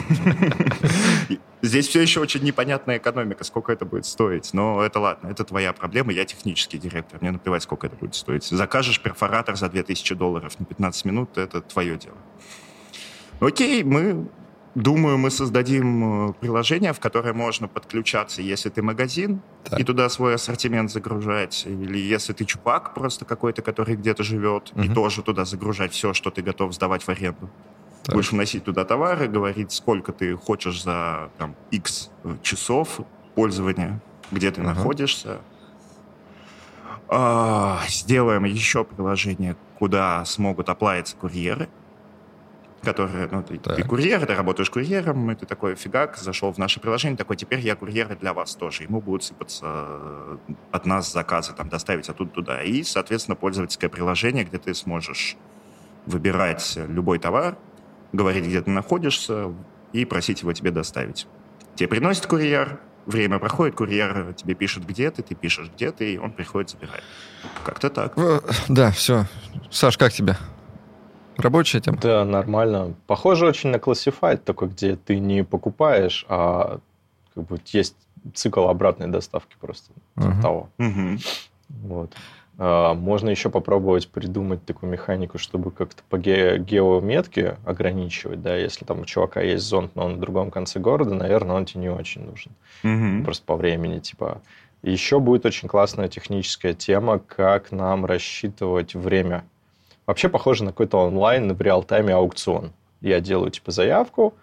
Здесь все еще очень непонятная экономика, сколько это будет стоить. Но это ладно, это твоя проблема. Я технический директор, мне наплевать, сколько это будет стоить. Закажешь перфоратор за $2000 на 15 минут, это твое дело. Окей, Думаю, мы создадим приложение, в которое можно подключаться, если ты магазин, и туда свой ассортимент загружать, или если ты чувак просто какой-то, который где-то живет, и тоже туда загружать все, что ты готов сдавать в аренду. Будешь вносить туда товары, говорить, сколько ты хочешь за X часов пользования, где ты находишься. Сделаем еще приложение, куда смогут оплавиться курьеры, которые, ты курьер, ты работаешь курьером, и ты такой, фигак, зашел в наше приложение, такой, теперь я курьер и для вас тоже. Ему будут сыпаться от нас заказы, доставить оттуда туда. И, соответственно, пользовательское приложение, где ты сможешь выбирать любой товар, говорить, где ты находишься, и просить его тебе доставить. Тебе приносит курьер, время проходит, курьер тебе пишет, где ты пишешь, где ты, и он приходит, забирает. Как-то так. Да, все. Саш, как тебе? Рабочая тема? Да, нормально. Похоже очень на Classified, такой, где ты не покупаешь, а есть цикл обратной доставки просто того. Вот. Можно еще попробовать придумать такую механику, чтобы как-то по геометке ограничивать, да, если там у чувака есть зонт, но он в другом конце города, наверное, он тебе не очень нужен. Просто по времени, Еще будет очень классная техническая тема, как нам рассчитывать время. Вообще похоже на какой-то онлайн, в реал-тайме аукцион. Я делаю, заявку.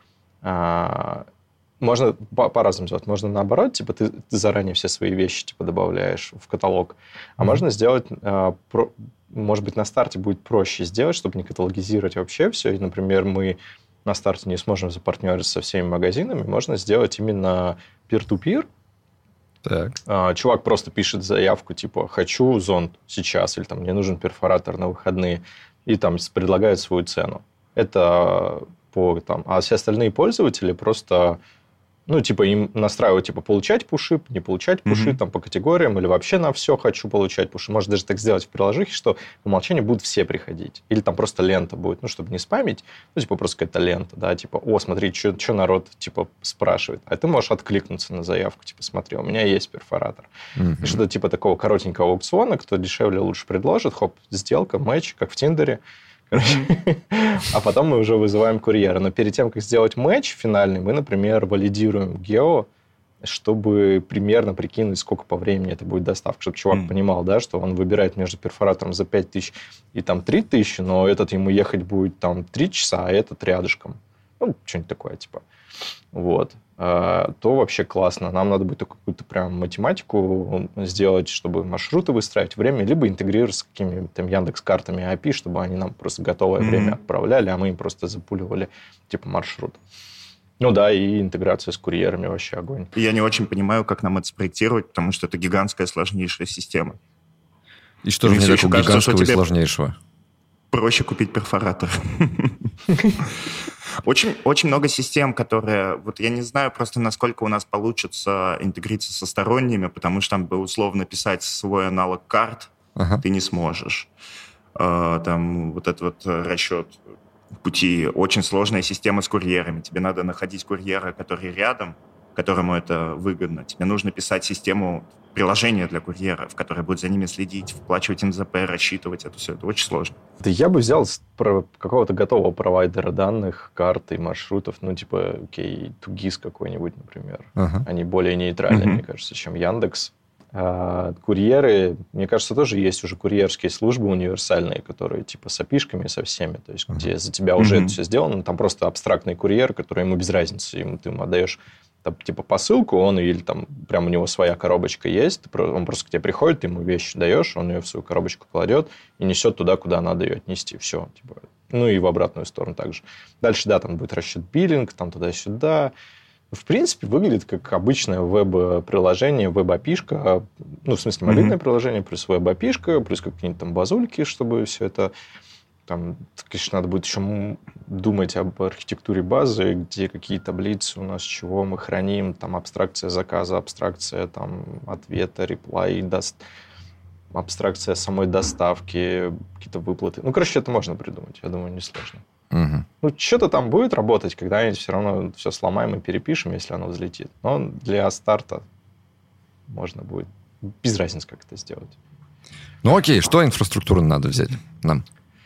Можно по-разному сделать. Можно наоборот, ты заранее все свои вещи добавляешь в каталог. А можно сделать, может быть, на старте будет проще сделать, чтобы не каталогизировать вообще все. И, например, мы на старте не сможем запартнериться со всеми магазинами. Можно сделать именно peer-to-peer. Так. Чувак просто пишет заявку, хочу зонт сейчас, или мне нужен перфоратор на выходные, и предлагает свою цену. Это а все остальные пользователи просто, им настраивают, получать пуши, не получать пуши, по категориям, или вообще на все хочу получать пуши. Можно даже так сделать в приложении, что по умолчанию будут все приходить. Или просто лента будет, чтобы не спамить, просто какая-то лента, да, смотри, что народ, спрашивает. А ты можешь откликнуться на заявку, смотри, у меня есть перфоратор. И что-то такого коротенького аукциона, кто дешевле лучше предложит, хоп, сделка, матч, как в Тиндере. А потом мы уже вызываем курьера. Но перед тем, как сделать матч финальный, мы, например, валидируем гео, чтобы примерно прикинуть, сколько по времени это будет доставка. Чтобы чувак понимал, да, что он выбирает между перфоратором за 5000 и 3000, но этот ему ехать будет 3 часа, а этот рядышком. Что-нибудь такое, Вот. То вообще классно. Нам надо будет какую-то прям математику сделать, чтобы маршруты выстраивать, время, либо интегрировать с какими-то Яндекс.Картами API, чтобы они нам просто готовое время отправляли, а мы им просто запуливали маршрут. И интеграция с курьерами вообще огонь. Я не очень понимаю, как нам это спроектировать, потому что это гигантская сложнейшая система. И что же не такого гигантского и сложнейшего? Проще купить перфоратор. Очень много систем, которые... Я не знаю просто, насколько у нас получится интегрироваться со сторонними, потому что условно писать свой аналог карт ты не сможешь. Этот расчет пути. Очень сложная система с курьерами. Тебе надо находить курьера, который рядом, которому это выгодно. Тебе нужно писать систему приложения для курьеров, которое будет за ними следить, вплачивать НЗП, рассчитывать это все. Это очень сложно. Да я бы взял какого-то готового провайдера данных, карт и маршрутов, Тугис какой-нибудь, например. Они более нейтральные, мне кажется, чем Яндекс. Курьеры, мне кажется, тоже есть уже курьерские службы универсальные, которые с API-шками со всеми, то есть где за тебя уже это все сделано, там просто абстрактный курьер, который ему без разницы, ты ему отдаешь там, типа посылку, он или там прям у него своя коробочка есть, он просто к тебе приходит, ты ему вещь даешь, он ее в свою коробочку кладет и несет туда, куда надо ее отнести. Все. Типа. Ну и в обратную сторону также. Дальше, да, там будет расчет биллинг, там туда-сюда. В принципе, выглядит как обычное веб-приложение, веб-апишка, ну, в смысле, мобильное приложение, плюс веб-апишка, плюс какие-нибудь там базульки, чтобы все это... Там, конечно, надо будет еще думать об архитектуре базы, где какие таблицы у нас, чего мы храним, там абстракция заказа, абстракция там ответа, реплай, абстракция самой доставки, какие-то выплаты. Ну, короче, это можно придумать, я думаю, несложно. Угу. Ну, что-то там будет работать, когда-нибудь все равно все сломаем и перепишем, если оно взлетит. Но для старта можно будет без разницы, как это сделать. Ну, окей, что инфраструктурно надо взять нам?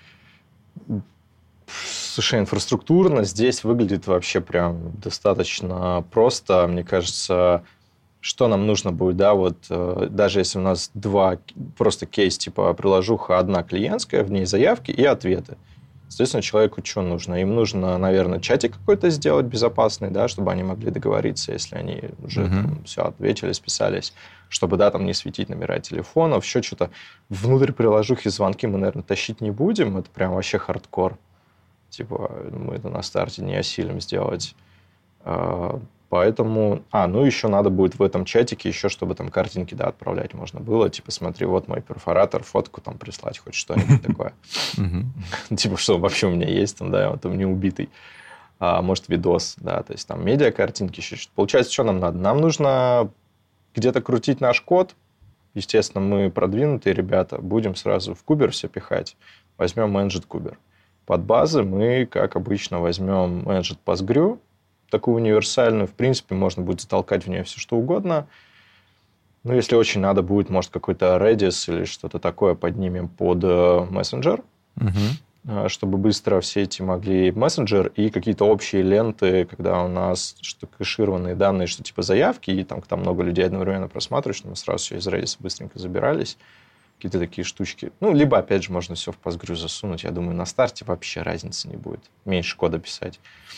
Слушай, инфраструктурно здесь выглядит вообще прям достаточно просто. Мне кажется, что нам нужно будет, да, вот даже если у нас два просто кейс, типа приложуха, одна клиентская, в ней заявки и ответы. Соответственно, человеку что нужно? Им нужно, наверное, чатик какой-то сделать безопасный, да, чтобы они могли договориться, если они уже там, все ответили, списались, чтобы, да, там не светить номера телефонов, еще что-то. Внутрь приложухи звонки мы, наверное, тащить не будем, это прям вообще хардкор. Типа, мы это на старте не осилим сделать. Поэтому... ну еще надо будет в этом чатике еще, чтобы там картинки, да, отправлять можно было. Типа, смотри, вот мой перфоратор, фотку там прислать, хоть что-нибудь такое. Типа, что вообще у меня есть там, да, он там не убитый. Может, видос, да, то есть там медиа-картинки еще. Получается, что нам надо? Нам нужно где-то крутить наш код. Естественно, мы продвинутые ребята, будем сразу в кубер все пихать. Возьмем Managed кубер. Под базы мы, как обычно, возьмем Managed Postgre, такую универсальную. В принципе, можно будет затолкать в нее все, что угодно. Но если очень надо будет, может, какой-то Redis или что-то такое поднимем под мессенджер, чтобы быстро все эти могли мессенджер и какие-то общие ленты, когда у нас что кэшированные данные, что типа заявки, и там много людей одновременно просматривают, что мы сразу все из Redis быстренько забирались. Какие-то такие штучки. Ну, либо, опять же, можно все в Postgre засунуть. Я думаю, на старте вообще разницы не будет. Меньше кода писать.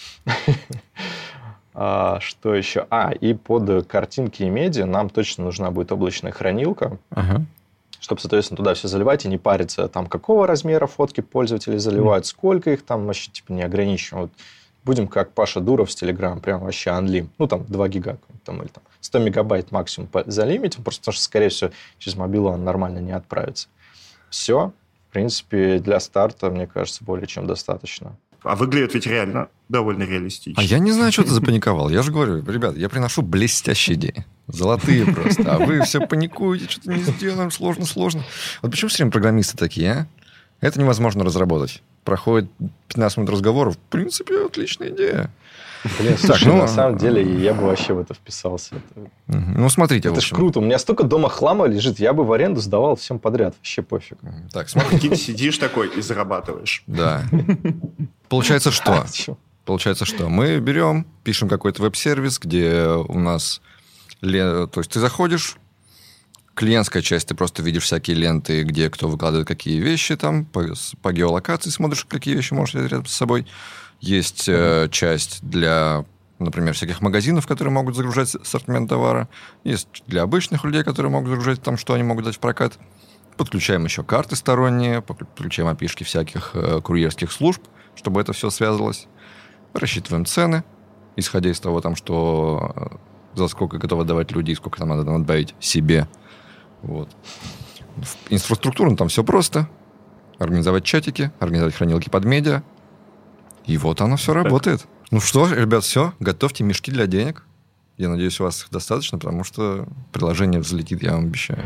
Что еще? И под картинки и медиа нам точно нужна будет облачная хранилка, чтобы, соответственно, туда все заливать и не париться, там, какого размера фотки пользователи заливают, сколько их там, вообще, типа, не ограничиваем. Вот будем как Паша Дуров с Telegram, прям вообще unlim. Ну, там, 2 гига, там, или там 100 мегабайт максимум залимитим, просто потому что, скорее всего, через мобилу он нормально не отправится. Все, в принципе, для старта, мне кажется, более чем достаточно. А выглядит ведь реально довольно реалистично. А я не знаю, что ты запаниковал. Я же говорю, ребят, я приношу блестящие идеи. Золотые просто. А вы все паникуете, что-то не сделаем, сложно. Вот почему все время программисты такие, а? Это невозможно разработать. Проходит 15 минут разговора. В принципе, отличная идея. Блин, слушай, на самом деле я бы вообще в это вписался. Ну, смотрите. Это ж круто. У меня столько дома хлама лежит. Я бы в аренду сдавал всем подряд. Вообще пофиг. Так, смотри. Сидишь такой и зарабатываешь. Да. Получается, что? Получается, что? Мы берем, пишем какой-то веб-сервис, где у нас... То есть ты заходишь, клиентская часть, ты просто видишь всякие ленты, где кто выкладывает какие вещи, там, по геолокации смотришь, какие вещи можешь взять рядом с собой. Есть часть для, например, всяких магазинов, которые могут загружать ассортимент товара. Есть для обычных людей, которые могут загружать там, что они могут дать в прокат. Подключаем еще карты сторонние, подключаем API-шки всяких курьерских служб, чтобы это все связывалось. Рассчитываем цены, исходя из того, там, что за сколько готовы давать люди, и сколько там надо добавить себе. Вот. Инфраструктурно там все просто. Организовать чатики, организовать хранилки под медиа. И вот оно все работает. Ну что, ребят, все. Готовьте мешки для денег. Я надеюсь, у вас их достаточно, потому что приложение взлетит, я вам обещаю.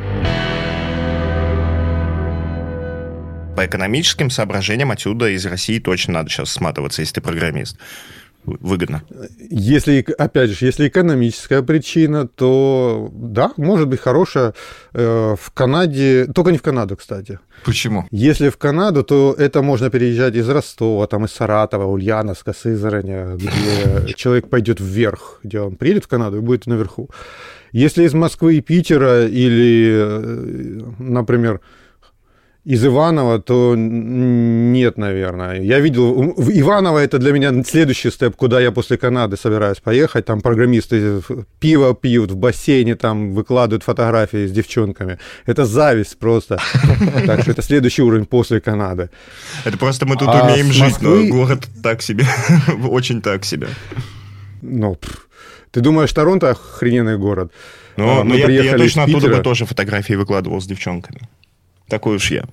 По экономическим соображениям отсюда из России точно надо сейчас сматываться, если ты программист. Выгодно. Если, опять же, если экономическая причина, то да, может быть хорошая. В Канаде, только не в Канаду, кстати. Почему? Если в Канаду, то это можно переезжать из Ростова, там, из Саратова, Ульяновска, Сызраня, где человек пойдет вверх, где он приедет в Канаду и будет наверху. Если из Москвы и Питера или, например, Из Иваново, то нет, наверное. Я видел, Иваново это для меня следующий степ, куда я после Канады собираюсь поехать. Там программисты пиво пьют в бассейне, там выкладывают фотографии с девчонками. Это зависть просто. Так что это следующий уровень после Канады. Это просто мы тут умеем жить, но город так себе. Очень так себе. Ну, ты думаешь, Торонто охрененный город? Ну, я точно оттуда бы тоже фотографии выкладывал с девчонками. Такой уж я.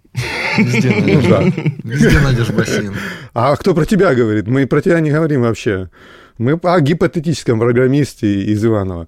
Везде найдешь бассейн. А кто про тебя говорит? Мы про тебя не говорим вообще. Мы о гипотетическом программисте из Иваново.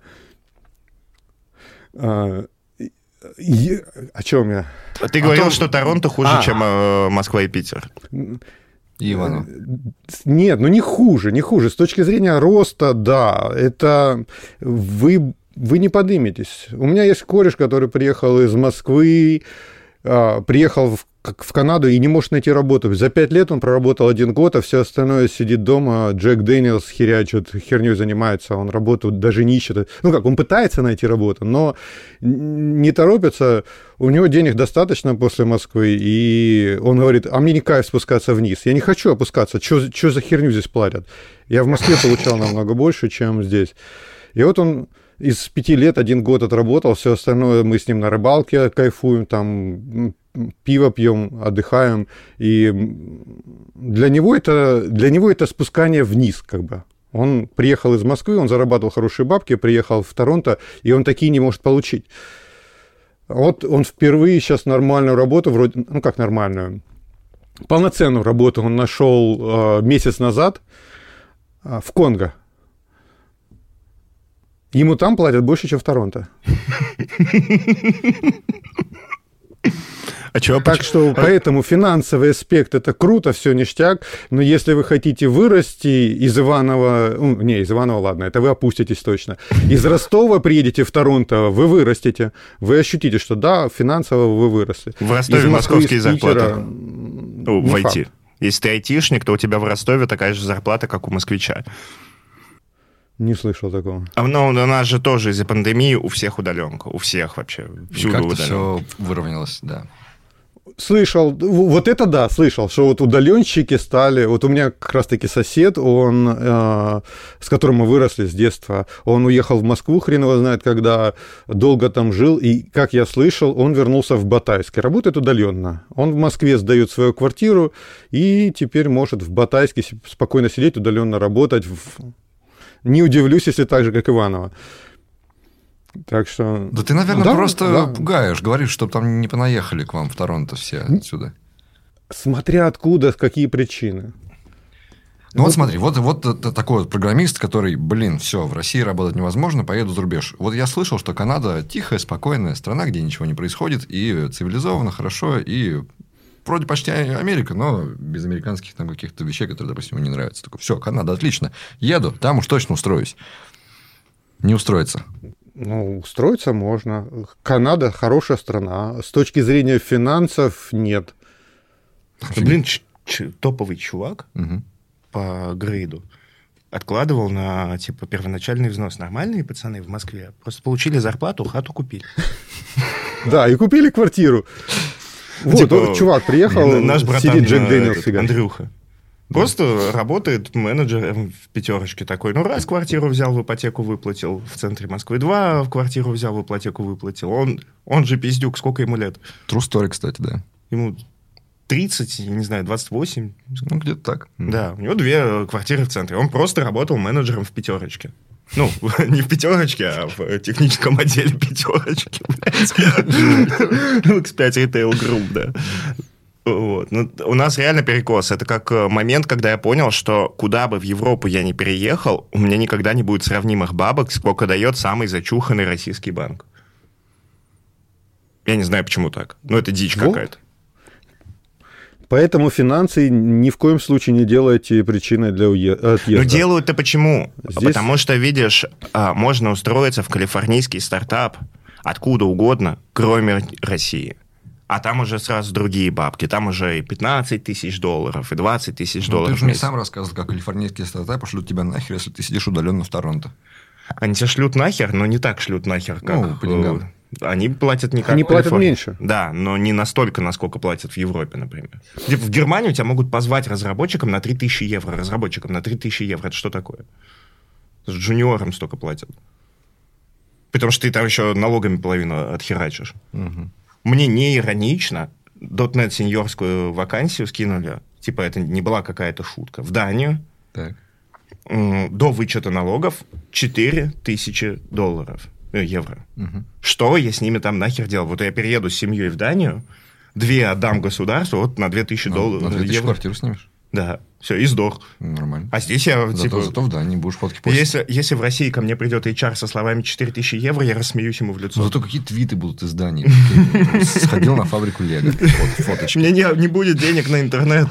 О чем я? Ты говорил, что Торонто хуже, чем Москва и Питер. И Иваново. Нет, ну не хуже. С точки зрения роста, да, это вы не подниметесь. У меня есть кореш, который приехал из Москвы, приехал в Канаду и не может найти работу. За 5 лет он проработал 1 год, а все остальное сидит дома. Джек Дэниелс херячит, херней занимается, он работу даже не ищет. Ну как, он пытается найти работу, но не торопится. У него денег достаточно после Москвы, и он говорит, а мне не кайф спускаться вниз. Я не хочу опускаться, что за херню здесь платят? Я в Москве получал намного больше, чем здесь. И вот он из 5 лет 1 год отработал, все остальное мы с ним на рыбалке кайфуем, там пиво пьем, отдыхаем. И для него это спускание вниз, как бы. Он приехал из Москвы, он зарабатывал хорошие бабки, приехал в Торонто, и он такие не может получить. Вот он впервые сейчас нормальную работу, вроде, ну как нормальную, полноценную работу он нашел месяц назад в Конго. Ему там платят больше, чем в Торонто. Так что поэтому финансовый аспект это круто, все ништяк, но если вы хотите вырасти из Иваново, из Иваново, ладно, это вы опуститесь точно, из Ростова приедете в Торонто, вы вырастете, вы ощутите, что да, финансово вы выросли. В Ростове московские зарплаты в IT. Если ты айтишник, то у тебя в Ростове такая же зарплата, как у москвича. Не слышал такого. Но у нас же тоже из-за пандемии у всех удаленка. У всех вообще. Всюду как-то удаленка. все выровнялось, да. Слышал, вот это да, слышал, что вот удаленщики стали, вот у меня как раз-таки сосед, он, с которым мы выросли с детства, он уехал в Москву, хрен его знает когда, долго там жил, и, как я слышал, он вернулся в Батайск, и работает удаленно. Он в Москве сдает свою квартиру, и теперь может в Батайске спокойно сидеть, удаленно работать. Не удивлюсь, если так же, как Иваново. Так что... Да ты, наверное, просто пугаешь. Говоришь, чтобы там не понаехали к вам в Торонто все отсюда. Смотря откуда, какие причины. Ну вот смотри, вот такой вот программист, который, все, в России работать невозможно, поеду за рубеж. Вот я слышал, что Канада тихая, спокойная страна, где ничего не происходит, и цивилизованно, хорошо, и вроде почти Америка, но без американских там каких-то вещей, которые, допустим, ему не нравятся. Такой, все, Канада, отлично, еду, там уж точно устроюсь. Не устроиться. Ну, устроиться можно. Канада хорошая страна. С точки зрения финансов нет. Блин, топовый чувак по грейду откладывал на, типа, первоначальный взнос. Нормальные пацаны в Москве просто получили зарплату, хату купили. Да, и купили квартиру. Вот, чувак приехал, сидит Джек Дэниелс. Андрюха. Просто работает менеджером в пятерочке такой. Ну, раз квартиру взял, в ипотеку выплатил в центре Москвы, 2 в квартиру взял, в ипотеку выплатил. Он же пиздюк, сколько ему лет? True story, кстати, да. Ему 30, не знаю, 28. Ну, где-то так. Да, у него 2 квартиры в центре. Он просто работал менеджером в пятерочке. Ну, не в пятерочке, а в техническом отделе пятерочки. X5 Retail Group, да. Вот. Ну, у нас реально перекос. Это как момент, когда я понял, что куда бы в Европу я ни переехал, у меня никогда не будет сравнимых бабок, сколько дает самый зачуханный российский банк. Я не знаю, почему так. Но это дичь какая-то. Поэтому финансы ни в коем случае не делайте причиной для отъезда. Но делают-то почему? Здесь... Потому что, видишь, можно устроиться в калифорнийский стартап откуда угодно, кроме России. А там уже сразу другие бабки. Там уже и $15 тысяч, и $20 тысяч. Ты же мне сам рассказывал, как калифорнийские стартапы шлют тебя нахер, если ты сидишь удаленно в Торонто. Они тебя шлют нахер, но не так шлют нахер, как... Ну, по деньгам. Они платят не как Они в платят Калифорнии. меньше. Да, но не настолько, насколько платят в Европе, например. В Германию тебя могут позвать разработчикам на 3000 евро. Разработчикам на 3000 евро. Это что такое? С джуниором столько платят. Потому что ты там еще налогами половину отхерачишь. Угу. Мне не иронично .NET сеньорскую вакансию скинули. Типа это не была какая-то шутка. В Данию Так. до вычета налогов $4000. Евро. Угу. Что я с ними там нахер делал? Вот я перееду с семьей в Данию, 2 отдам государству, вот на $2000 На 2000 евро. квартиру снимешь? Да, все, и сдох. Нормально. А здесь я, Зато в Дании будешь фотки постить. если в России ко мне придет HR со словами 4000 евро, я рассмеюсь ему в лицо. Но зато какие твиты будут из Дании. Сходил на фабрику Лего. Фоточки. Мне не будет денег на интернет.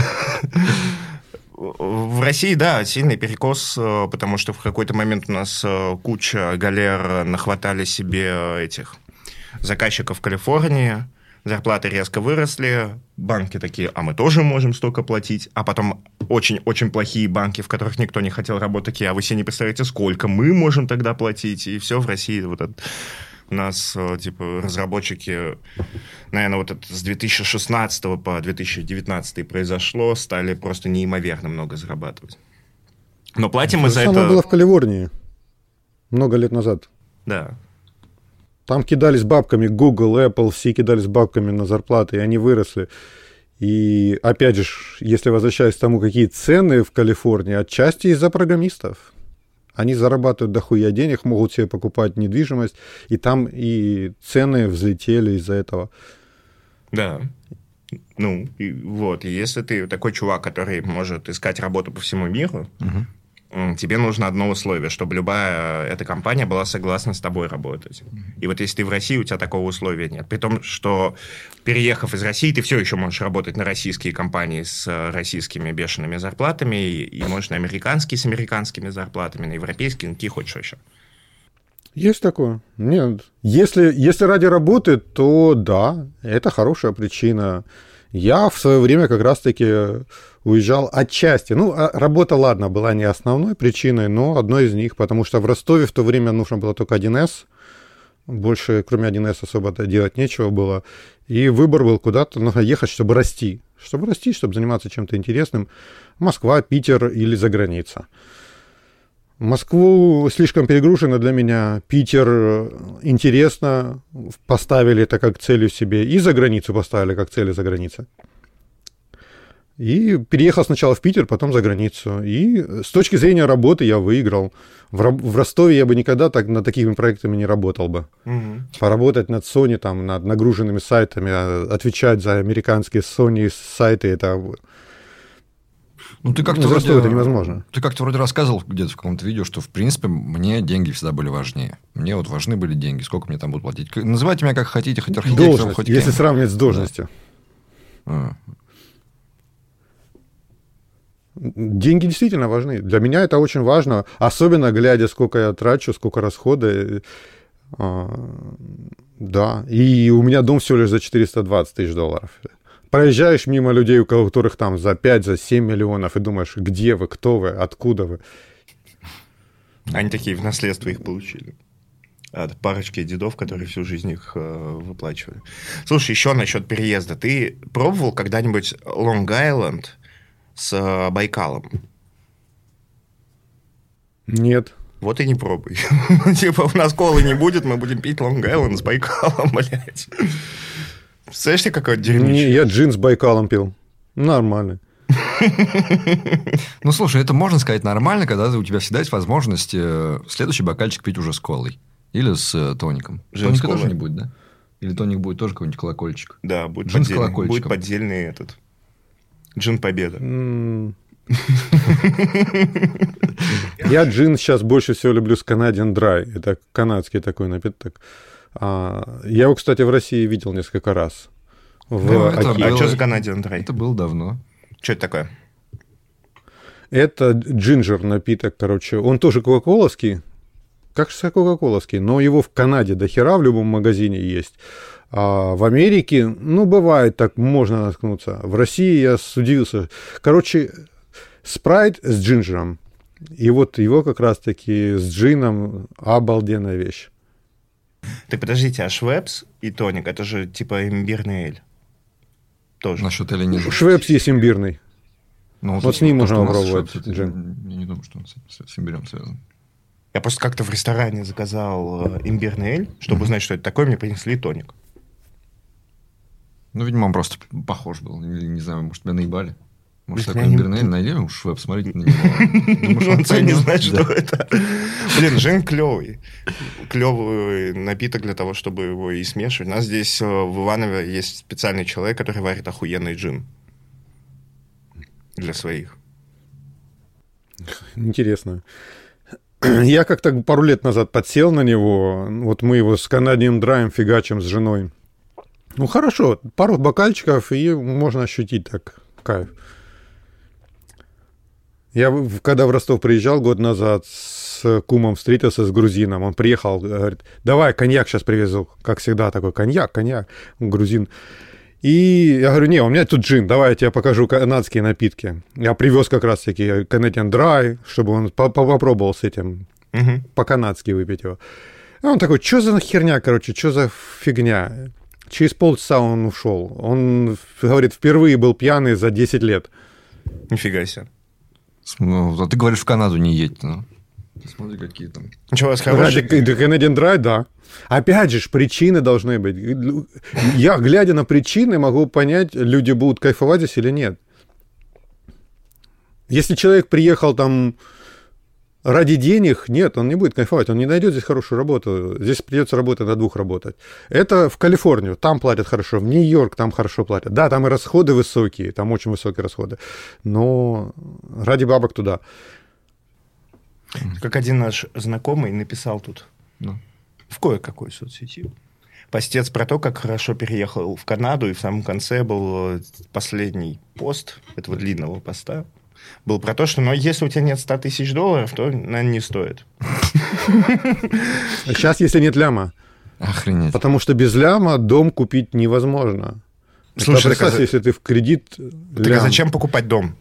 В России, да, сильный перекос, потому что в какой-то момент у нас куча галер нахватали себе этих заказчиков в Калифорнии, зарплаты резко выросли, банки такие, а мы тоже можем столько платить, а потом очень-очень плохие банки, в которых никто не хотел работать, такие, а вы себе не представляете, сколько мы можем тогда платить, и все в России вот это... У нас, типа, разработчики, наверное, вот это с 2016 по 2019 произошло, стали просто неимоверно много зарабатывать. Но платим мы за это... Самое было в Калифорнии много лет назад. Да. Там кидались бабками Google, Apple, все кидались бабками на зарплаты, и они выросли. И, опять же, если возвращаясь к тому, какие цены в Калифорнии, отчасти из-за программистов. Они зарабатывают дохуя денег, могут себе покупать недвижимость, и там и цены взлетели из-за этого. Да. Ну, и вот. И если ты такой чувак, который может искать работу по всему миру, тебе нужно одно условие, чтобы любая эта компания была согласна с тобой работать. И вот если ты в России, у тебя такого условия нет. При том, что переехав из России, ты все еще можешь работать на российские компании с российскими бешеными зарплатами, и можешь на американские с американскими зарплатами, на европейские, на какие хочешь еще. Есть такое? Нет. Если ради работы, то да, это хорошая причина. Я в свое время как раз-таки уезжал отчасти. Ну, работа, ладно, была не основной причиной, но одной из них, потому что в Ростове в то время нужно было только 1С. Больше, кроме 1С, особо делать нечего было. И выбор был куда-то, нужно ехать, чтобы расти. Чтобы расти, чтобы заниматься чем-то интересным. Москва, Питер или за граница. Москву слишком перегружено для меня. Питер интересно. Поставили это как целью себе. И за границу поставили как целью за границей. И переехал сначала в Питер, потом за границу. И с точки зрения работы я выиграл. В Ростове я бы никогда над такими проектами не работал бы. Угу. Поработать над Sony, там, над нагруженными сайтами, отвечать за американские Sony сайты, это... Ну, ты как-то вроде... вроде, это невозможно. Ты как-то вроде рассказывал где-то в каком-то видео, что, в принципе, мне деньги всегда были важнее. Мне вот важны были деньги, сколько мне там будут платить. Называйте меня как хотите, хоть архитектором, Должность, хоть если кем. сравнивать с должностью. Да. Деньги действительно важны. Для меня это очень важно, особенно глядя, сколько я трачу, сколько расходы. Да, и у меня дом всего лишь за $420 тысяч. Проезжаешь мимо людей, у которых там за 5, за 7 миллионов, и думаешь, где вы, кто вы, откуда вы. Они такие в наследство их получили. От парочки дедов, которые всю жизнь их выплачивали. Слушай, еще насчет переезда. Ты пробовал когда-нибудь Лонг-Айленд с Байкалом? Нет. Вот и не пробуй. Типа, у нас колы не будет, мы будем пить Лонг-Айленд с Байкалом, блядь. Представляешь, тебе какое дерьмище? Я джин с Байкалом пил. Нормально. Ну, слушай, это можно сказать нормально, когда у тебя всегда есть возможность следующий бокальчик пить уже с колой. Или с тоником. Тоника тоже не будет, да? Или тоник будет тоже какой-нибудь колокольчик? Да, будет джин поддельный, с колокольчиком. будет поддельный этот. Джин Победа. Я джин сейчас больше всего люблю с Canadian Dry. Это канадский такой напиток. Я его, кстати, в России видел несколько раз. А что за Canadian Dry? Это было давно. Что это такое? Это джинджер напиток, короче. Он тоже кока-коловский. Как же кока-коловский, но его в Канаде до хера в любом магазине есть. А в Америке, ну, бывает так, можно наткнуться. В России я удивился. Короче, спрайт с джинджером. И вот его как раз-таки с джином обалденная вещь. Так подождите, а Швепс и тоник, это же типа имбирный эль? Тоже. Насчет эля не... Швепс есть имбирный. Ну, Вот с ним можно попробовать, джин. Я не думаю, что он с имбирем связан. Я просто как-то в ресторане заказал имбирный эль, чтобы узнать, что это такое, мне принесли тоник. Ну, видимо, он просто похож был. Или, не знаю, может, тебя наебали. Может, Да такой имбирный эль найди, Швепс, смотрите на него. Он сам не знает, что это. Блин, джин клевый. Клевый напиток для того, чтобы его и смешивать. У нас здесь в Иванове есть специальный человек, который варит охуенный джин. Для своих. Интересно. Я как-то пару лет назад подсел на него. Вот мы его с Canadian Dry фигачим с женой. Ну, хорошо. Пару бокальчиков, и можно ощутить так кайф. Я, когда в Ростов приезжал год назад, с кумом встретился, с грузином. Он приехал, говорит, давай, коньяк сейчас привезу. Как всегда, такой коньяк. Грузин. И я говорю, не, у меня тут джин, давай я тебе покажу канадские напитки. Я привез как раз-таки Canadian Dry, чтобы он попробовал с этим, по-канадски выпить его. И он такой, что за херня, короче, что за фигня? Через полчаса он ушел. Он, говорит, впервые был пьяный за 10 лет. Нифига себе. Ну, а ты говоришь, в Канаду не едь. Ну. Смотри, какие там. Ничего, у вас хороший... Canadian Dry, да. Опять же, причины должны быть. Я, глядя на причины, могу понять, люди будут кайфовать здесь или нет. Если человек приехал там ради денег, нет, он не будет кайфовать, он не найдет здесь хорошую работу. Здесь придется работать на двух работать. Это в Калифорнию, там платят хорошо, в Нью-Йорк там хорошо платят. Да, там и расходы высокие, там очень высокие расходы. Но ради бабок туда. Как один наш знакомый написал тут, в кое-какой соцсети, постец про то, как хорошо переехал в Канаду, и в самом конце был последний пост этого длинного поста. Был про то, что, если у тебя нет $100 тысяч, то, наверное, не стоит. Сейчас, если нет ляма. Охренеть. Потому что без ляма дом купить невозможно. Слушай, представь, если ты в кредит... Так а зачем покупать дом?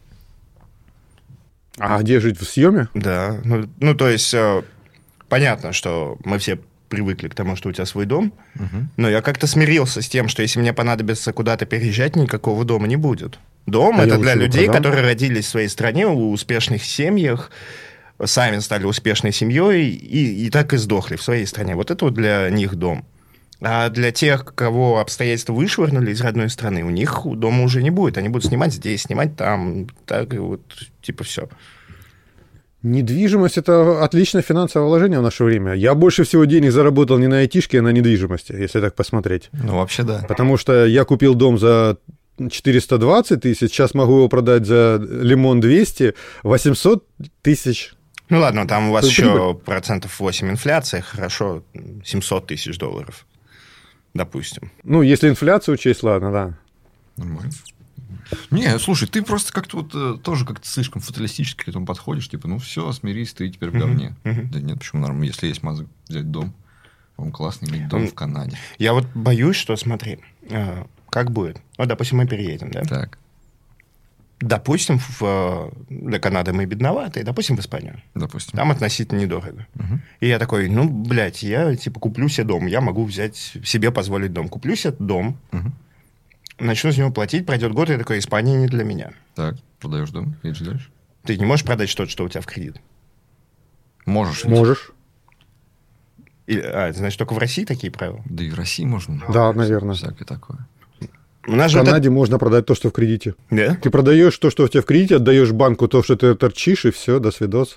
А где жить, в съеме? Да. Ну, то есть, понятно, что мы все привыкли к тому, что у тебя свой дом, но я как-то смирился с тем, что если мне понадобится куда-то переезжать, никакого дома не будет. Дом это для людей, которые родились в своей стране, в успешных семьях, сами стали успешной семьей и так и сдохли в своей стране. Вот это вот для них дом. А для тех, кого обстоятельства вышвырнули из родной страны, у них дома уже не будет. Они будут снимать здесь, снимать там, так и вот, типа все. Недвижимость – это отличное финансовое вложение в наше время. Я больше всего денег заработал не на айтишке, а на недвижимости, если так посмотреть. Ну, вообще, да. Потому что я купил дом за 420 тысяч, сейчас могу его продать за лимон 200, 800 тысяч. Ну, ладно, там у вас еще 8% инфляция, хорошо, $700 тысяч, допустим. Ну, если инфляцию учесть, ладно, да. Нормально. Не, слушай, ты просто как-то вот тоже как-то слишком фаталистически к этому подходишь, типа, ну все, смирись, ты теперь в говне. Да нет, почему нормально, если есть мозг взять дом, он классно иметь дом в Канаде. Я вот боюсь, что, смотри, как будет. Вот, допустим, мы переедем, да? Так. Допустим, до Канады мы бедноваты, допустим, в Испанию. Допустим. Там относительно недорого. И я такой, я типа куплю себе дом, я могу себе позволить дом. Куплю себе дом, начну с него платить, пройдет год, и я такой, Испания не для меня. Так, продаешь дом, едешь дальше. Ты не можешь продать что-то, что у тебя в кредит? Можешь. Можешь. Значит, только в России такие правила? Да и в России можно. Да, наверное. Всякое такое. У нас в Канаде можно продать то, что в кредите. Да? Ты продаешь то, что у тебя в кредите, отдаешь банку то, что ты торчишь, и все, до свидос.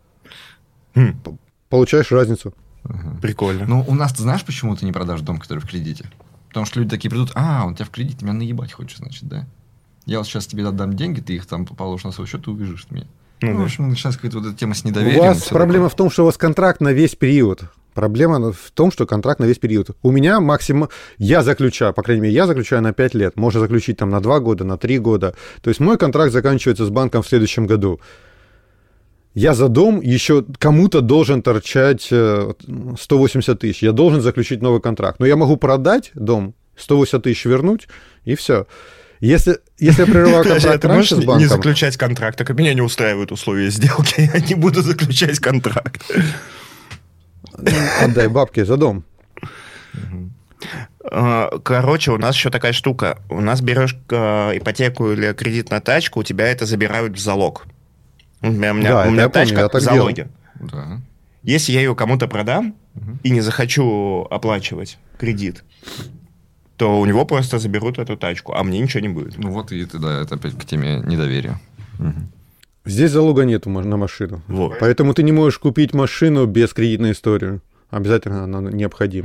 Получаешь разницу. Прикольно. Ну, у нас, ты знаешь, почему ты не продашь дом, который в кредите? Потому что люди такие придут, он у тебя в кредите, меня наебать хочешь, значит, да? Я вот сейчас тебе отдам деньги, ты их там положишь на свой счет и увяжешь от меня. В общем, начинается какая-то вот эта тема с недоверием. У вас проблема в том, что у вас контракт на весь период. Проблема в том, что контракт на весь период. У меня максимум... Я заключаю, по крайней мере, я заключаю на 5 лет. Можно заключить там на 2 года, на 3 года. То есть мой контракт заканчивается с банком в следующем году. Я за дом еще кому-то должен торчать 180 тысяч. Я должен заключить новый контракт. Но я могу продать дом, 180 тысяч вернуть, и все. Если я прерываю контракт раньше с банком... не заключать контракт, так меня не устраивают условия сделки. Я не буду заключать контракт. Отдай бабки за дом. Короче, у нас еще такая штука. У нас берешь ипотеку или кредит на тачку, у тебя это забирают в залог. У меня тачка в залоге. Да. Если я ее кому-то продам и не захочу оплачивать кредит, то у него просто заберут эту тачку, а мне ничего не будет. Ну вот и да, это опять к теме недоверия. Здесь залога нету на машину. Вот. Поэтому ты не можешь купить машину без кредитной истории. Обязательно она необходима.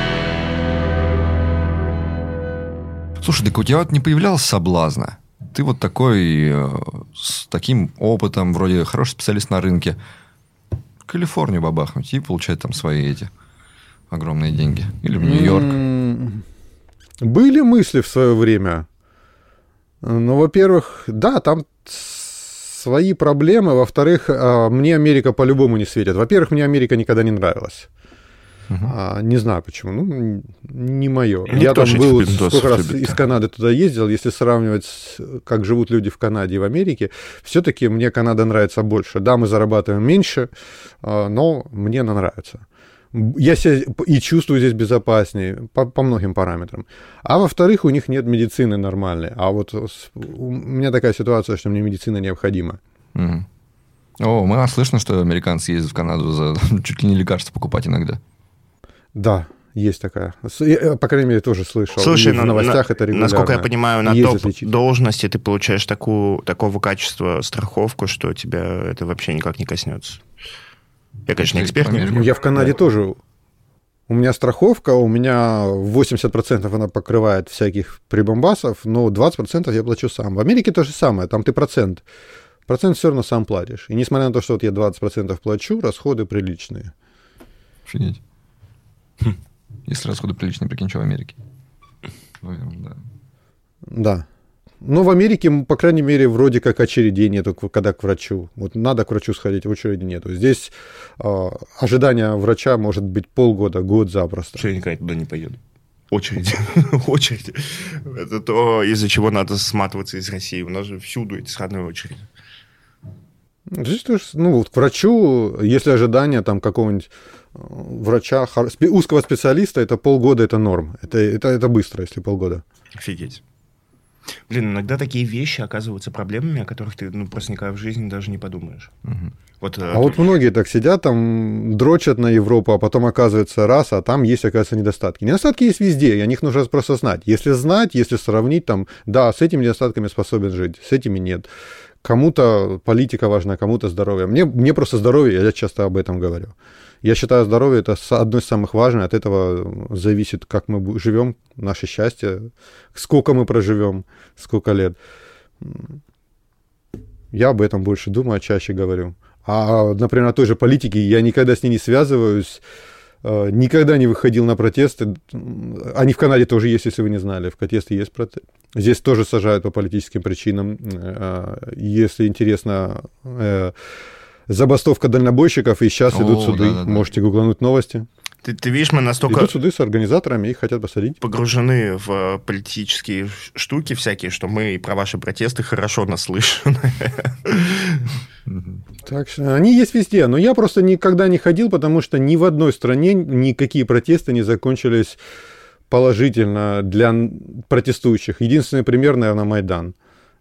Слушай, так у тебя вот не появлялось соблазна? Ты вот такой, с таким опытом, вроде хороший специалист на рынке. Калифорнию бабахнуть и получать там свои эти огромные деньги. Или в Нью-Йорк. Были мысли в свое время. Ну, во-первых, да, там свои проблемы. Во-вторых, мне Америка по-любому не светит. Во-первых, мне Америка никогда не нравилась. Не знаю почему. Ну, не мое. Я там был сколько раз из Канады туда ездил. Если сравнивать, как живут люди в Канаде и в Америке, все-таки мне Канада нравится больше. Да, мы зарабатываем меньше, но мне она нравится. Я себя и чувствую здесь безопаснее по многим параметрам. А во-вторых, у них нет медицины нормальной. А вот у меня такая ситуация, что мне медицина необходима. О, слышно, что американцы ездят в Канаду за чуть ли не лекарства покупать иногда. Да, есть такая. Я, по крайней мере, тоже слышал. Слушай, в новостях это регулярно. Насколько я понимаю, на топ-должности ты получаешь такого качества страховку, что тебя это вообще никак не коснется. Я, конечно, не эксперт. Я в Канаде тоже. У меня страховка, у меня 80% она покрывает всяких прибамбасов, но 20% я плачу сам. В Америке то же самое, там ты процент все равно сам платишь. И несмотря на то, что вот я 20% плачу, расходы приличные. Офигеть. Если расходы приличные, прикинь, что в Америке. Да. Да. Но в Америке, по крайней мере, вроде как очередей нету, когда к врачу. Вот надо к врачу сходить, очереди нету. Здесь ожидание врача может быть полгода, год запросто. Что я никогда туда не поеду. Очередь. Очередь. Это то, из-за чего надо сматываться из России. У нас же всюду эти сраные очереди. Здесь тоже, вот к врачу, если ожидание там какого-нибудь врача, узкого специалиста, это полгода, это норм. Это быстро, если полгода. Офигеть. Блин, иногда такие вещи оказываются проблемами, о которых ты просто никогда в жизни даже не подумаешь. Вот многие так сидят, там дрочат на Европу, а потом оказывается раз, а там есть, оказывается, недостатки. Недостатки есть везде, и о них нужно просто знать. Если сравнить, там, да, с этими недостатками способен жить, с этими нет. Кому-то политика важна, кому-то здоровье. Мне просто здоровье, я часто об этом говорю. Я считаю, здоровье – это одно из самых важных. От этого зависит, как мы живем, наше счастье, сколько мы проживем, сколько лет. Я об этом больше думаю, чаще говорю. А, например, о той же политике я никогда с ней не связываюсь, никогда не выходил на протесты. Они в Канаде тоже есть, если вы не знали. В протесты есть протесты. Здесь тоже сажают по политическим причинам. Если интересно, забастовка дальнобойщиков, и сейчас идут суды. Да. Можете гуглануть новости. Ты видишь, мы настолько... Идут суды с организаторами, их хотят посадить. Погружены в политические штуки всякие, что мы и про ваши протесты хорошо наслышаны. Так что они есть везде, но я просто никогда не ходил, потому что ни в одной стране никакие протесты не закончились положительно для протестующих. Единственный пример, наверное, Майдан.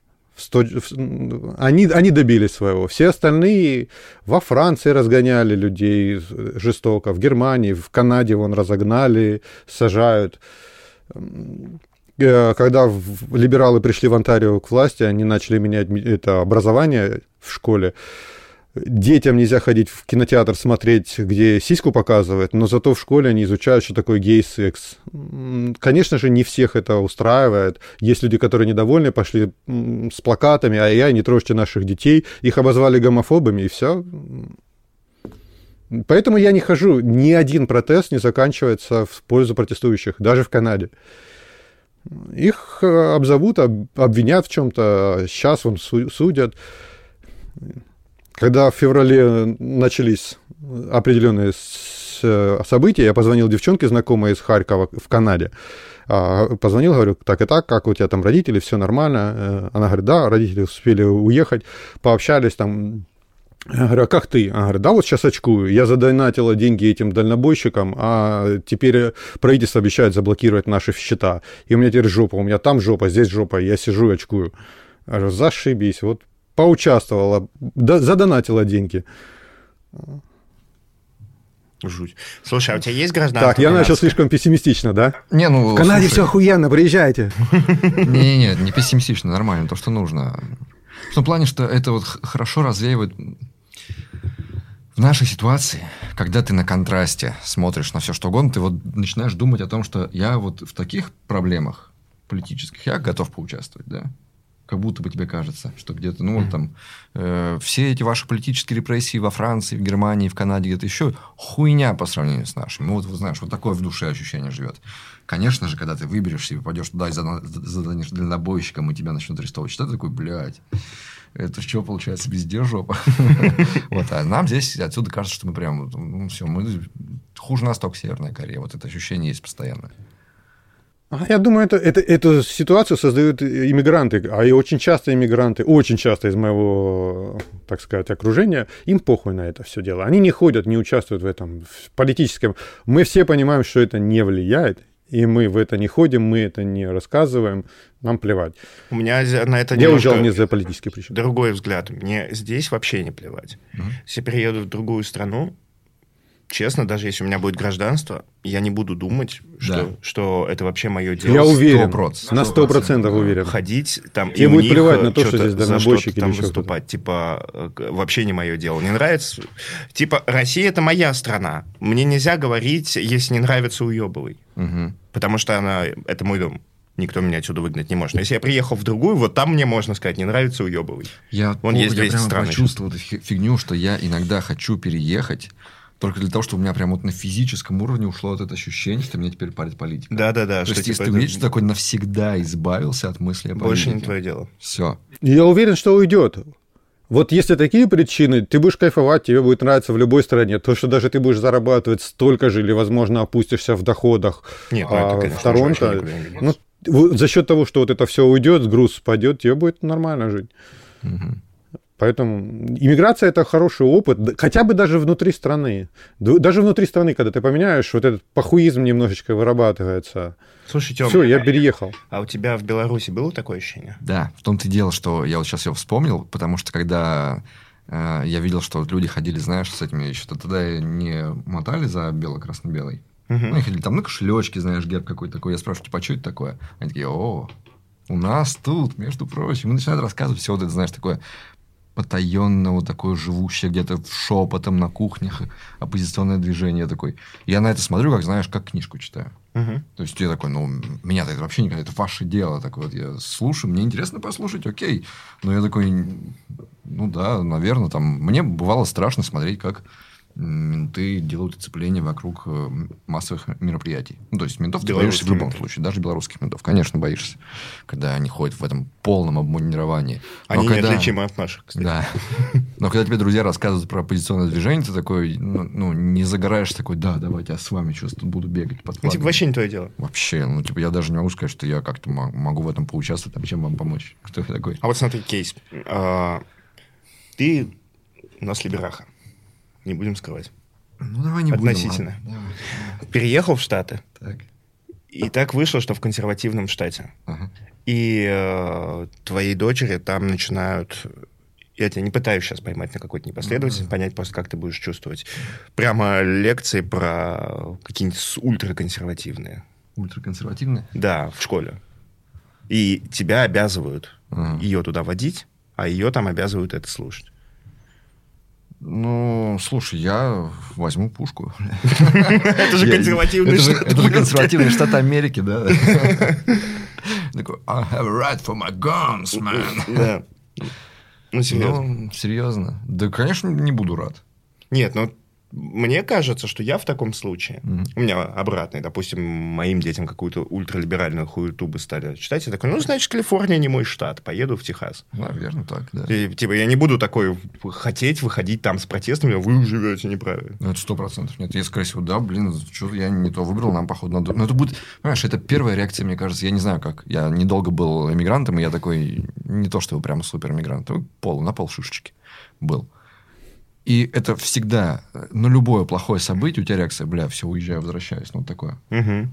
Они добились своего. Все остальные во Франции разгоняли людей жестоко, в Германии, в Канаде вон разогнали, сажают. Когда либералы пришли в Онтарио к власти, они начали менять это образование в школе. Детям нельзя ходить в кинотеатр смотреть, где сиську показывают, но зато в школе они изучают, что такое гей-секс. Конечно же, не всех это устраивает. Есть люди, которые недовольны, пошли с плакатами: ай-яй, не трожьте наших детей. Их обозвали гомофобами, и все. Поэтому я не хожу. Ни один протест не заканчивается в пользу протестующих, даже в Канаде. Их обзовут, обвинят в чем-то. Сейчас вон судят. Когда в феврале начались определенные события, я позвонил девчонке, знакомой из Харькова в Канаде. Позвонил, говорю: так и так, как у тебя там родители, все нормально? Она говорит: да, родители успели уехать, пообщались там. Я говорю, а как ты? Она говорит, да вот сейчас очкую. Я задонатила деньги этим дальнобойщикам, а теперь правительство обещает заблокировать наши счета. И у меня теперь жопа. У меня там жопа, здесь жопа. Я сижу и очкую. Я говорю, зашибись. Вот поучаствовала, задонатила деньги. Жуть. Слушай, а у тебя есть гражданство? Так, я начал слишком пессимистично, да? Не, ну, в Канаде все охуенно, приезжайте. Не пессимистично, нормально, то, что нужно. В том плане, что это вот хорошо развеивает... В нашей ситуации, когда ты на контрасте смотришь на все что угодно, ты вот начинаешь думать о том, что я вот в таких проблемах политических я готов поучаствовать, да? Как будто бы тебе кажется, что где-то, ну, вот там, все эти ваши политические репрессии во Франции, в Германии, в Канаде, где-то еще, хуйня по сравнению с нашими. Вот, знаешь, вот такое в душе ощущение живет. Конечно же, когда ты выберешь себе, пойдешь туда и заданешь дальнобойщиком, и тебя начнут арестовывать, что ты такой, блядь, это что, получается, везде жопа? Вот, а нам здесь отсюда кажется, что мы прям, ну, все, мы хуже нас только Северная Корея. Вот это ощущение есть постоянно. Я думаю, эту ситуацию создают иммигранты, а и очень часто иммигранты, очень часто из моего, так сказать, окружения, им похуй на это все дело. Они не ходят, не участвуют в этом в политическом. Мы все понимаем, что это не влияет, и мы в это не ходим, мы это не рассказываем, нам плевать. У меня на это я уезжал не за политические причины. Другой взгляд. Мне здесь вообще не плевать. Если перееду в другую страну, честно, даже если у меня будет гражданство, я не буду думать, что это вообще мое дело. Я уверен, 100%. На 100% уверен. Ходить там и будет плевать на то, что здесь дальнобойщики там или выступать. Типа, вообще не мое дело. Не нравится? Типа, Россия – это моя страна. Мне нельзя говорить, если не нравится, уебывай. Потому что это мой дом. Никто меня отсюда выгнать не может. Но если я приехал в другую, вот там мне можно сказать, не нравится, уебывай. Вон есть 200 стран. Я почувствовал эту фигню, что я иногда хочу переехать, только для того, чтобы у меня прям вот на физическом уровне ушло вот это ощущение, что меня теперь парит политика. Да-да-да. То есть, если ты видишь, что такой навсегда избавился от мысли о политике. Больше не твое дело. Все. Я уверен, что уйдет. Вот если такие причины, ты будешь кайфовать, тебе будет нравиться в любой стране. То, что даже ты будешь зарабатывать столько же, или, возможно, опустишься в доходах в Торонто. За счет того, что вот это все уйдет, груз спадет, тебе будет нормально жить. Поэтому иммиграция – это хороший опыт, хотя бы даже внутри страны. Даже внутри страны, когда ты поменяешь, вот этот похуизм немножечко вырабатывается. Слушай, Тём, все, я переехал. А у тебя в Беларуси было такое ощущение? Да, в том-то и дело, что я вот сейчас его вспомнил, потому что когда я видел, что люди ходили, знаешь, с этими еще тогда не мотали за бело-красно-белый. Ну, они ходили там на кошелечке, знаешь, герб какой-то такой. Я спрашиваю, типа, а что это такое? Они такие, у нас тут, между прочим. И начинают рассказывать все вот это, знаешь, такое потаенно, вот такое живущее где-то шепотом на кухнях, оппозиционное движение такой. Я на это смотрю, как, знаешь, как книжку читаю. То есть я такой, меня-то это вообще никогда, это ваше дело. Так вот, я слушаю, мне интересно послушать, окей. Но я такой, да, наверное, там, мне бывало страшно смотреть, как менты делают оцепление вокруг массовых мероприятий. Ну, то есть, ментов ты боишься в любом случае. Даже белорусских ментов, конечно, боишься. Когда они ходят в этом полном обмундировании. Они неотличимы от наших, кстати. Да. Но когда тебе друзья рассказывают про оппозиционное движение, ты такой, не загораешь такой, да, давайте я с вами сейчас тут буду бегать под флагом. Типа, вообще не твое дело. Вообще. Я даже не могу сказать, что я как-то могу в этом поучаствовать, там, чем вам помочь. Кто я такой? А вот смотри, кейс. Ты у нас либераха. Не будем скрывать. Давай не относительно. Будем. Давай. Переехал в Штаты. Так. И так вышло, что в консервативном штате. И твоей дочери там начинают... Я тебя не пытаюсь сейчас поймать на какой-то непоследовательность, понять просто, как ты будешь чувствовать. Прямо лекции про какие-нибудь ультраконсервативные. Ультраконсервативные? Да, в школе. И тебя обязывают ее туда водить, а ее там обязывают это слушать. Слушай, я возьму пушку. Это же консервативный штат. Это же консервативный штат Америки, да? Такой, I have a right for my guns, man. Да. Серьезно. Серьезно. Да, конечно, не буду рад. Нет, мне кажется, что я в таком случае, у меня обратный, допустим, моим детям какую-то ультралиберальную хуету бы стали читать, я такой, значит, Калифорния не мой штат, поеду в Техас. Наверное, так, да. И, я не буду такой хотеть выходить там с протестами, вы живете неправильно. Это 100%. Нет, я, скорее всего, что я не то выбрал, нам, походу, надо... Но это будет, понимаешь, это первая реакция, мне кажется, я не знаю как. Я недолго был эмигрантом, и я такой, не то, что прям супер эмигрант, на полшишечки был. И это всегда, на любое плохое событие у тебя реакция, бля, все, уезжаю, возвращаюсь. Ну, вот такое. Угу.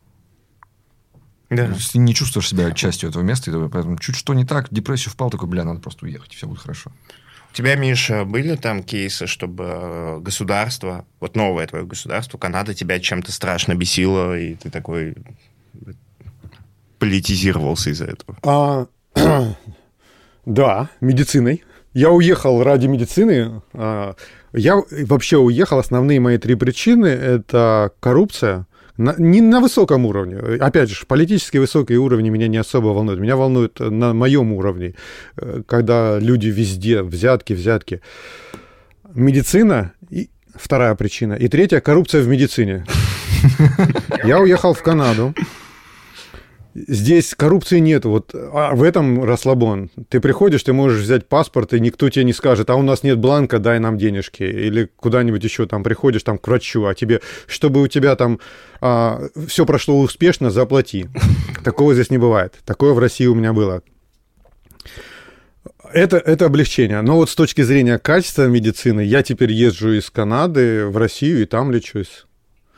Да. Ты не чувствуешь себя частью этого места, и поэтому чуть что не так, в депрессию впал, такой, бля, надо просто уехать, все будет хорошо. У тебя, Миша, были там кейсы, чтобы государство, вот новое твое государство, Канада, тебя чем-то страшно бесило, и ты такой политизировался из-за этого? Да, медициной. Я уехал ради медицины. Я вообще уехал. Основные мои 3 причины – это коррупция. Не на высоком уровне. Опять же, политически высокие уровни меня не особо волнуют. Меня волнует на моем уровне, когда люди везде, взятки. Медицина и 2 причина. И 3 – коррупция в медицине. Я уехал в Канаду. Здесь коррупции нет, вот в этом расслабон. Ты приходишь, ты можешь взять паспорт, и никто тебе не скажет, а у нас нет бланка, дай нам денежки. Или куда-нибудь еще там приходишь там, к врачу, а тебе, чтобы у тебя там все прошло успешно, заплати. Такого здесь не бывает. Такое в России у меня было. Это облегчение. Но вот с точки зрения качества медицины, я теперь езжу из Канады в Россию и там лечусь.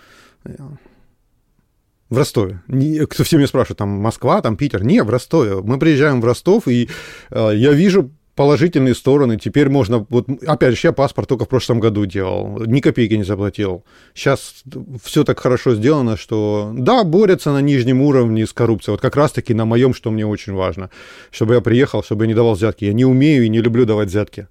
В Ростове. Кто все меня спрашивают, там Москва, там Питер. Не, в Ростове. Мы приезжаем в Ростов, и я вижу положительные стороны. Теперь можно... Вот, опять же, я паспорт только в прошлом году делал. Ни копейки не заплатил. Сейчас все так хорошо сделано, что... Да, борются на нижнем уровне с коррупцией. Вот как раз-таки на моем, что мне очень важно. Чтобы я приехал, чтобы я не давал взятки. Я не умею и не люблю давать взятки.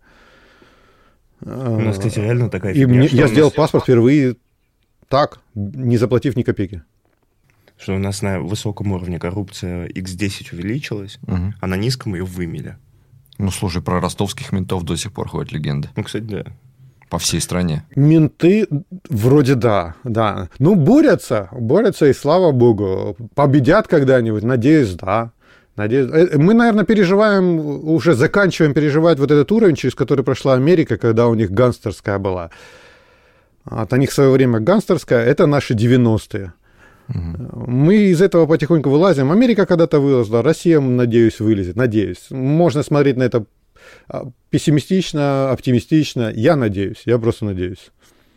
У нас, кстати, реально такая фигня. И я сделал паспорт впервые так, не заплатив ни копейки. Что у нас на высоком уровне коррупция x10 увеличилась, а на низком ее вымели. Ну, слушай, про ростовских ментов до сих пор ходят легенды. Ну, кстати, да. По всей стране. Менты вроде да. Ну, борются, и слава богу. Победят когда-нибудь, надеюсь, да. Мы, наверное, уже заканчиваем переживать вот этот уровень, через который прошла Америка, когда у них гангстерская была. От них в свое время гангстерская, это наши 90-е. Мы из этого потихоньку вылазим. Америка когда-то вылазила, Россия, надеюсь, вылезет. Надеюсь. Можно смотреть на это пессимистично, оптимистично. Я надеюсь, я просто надеюсь.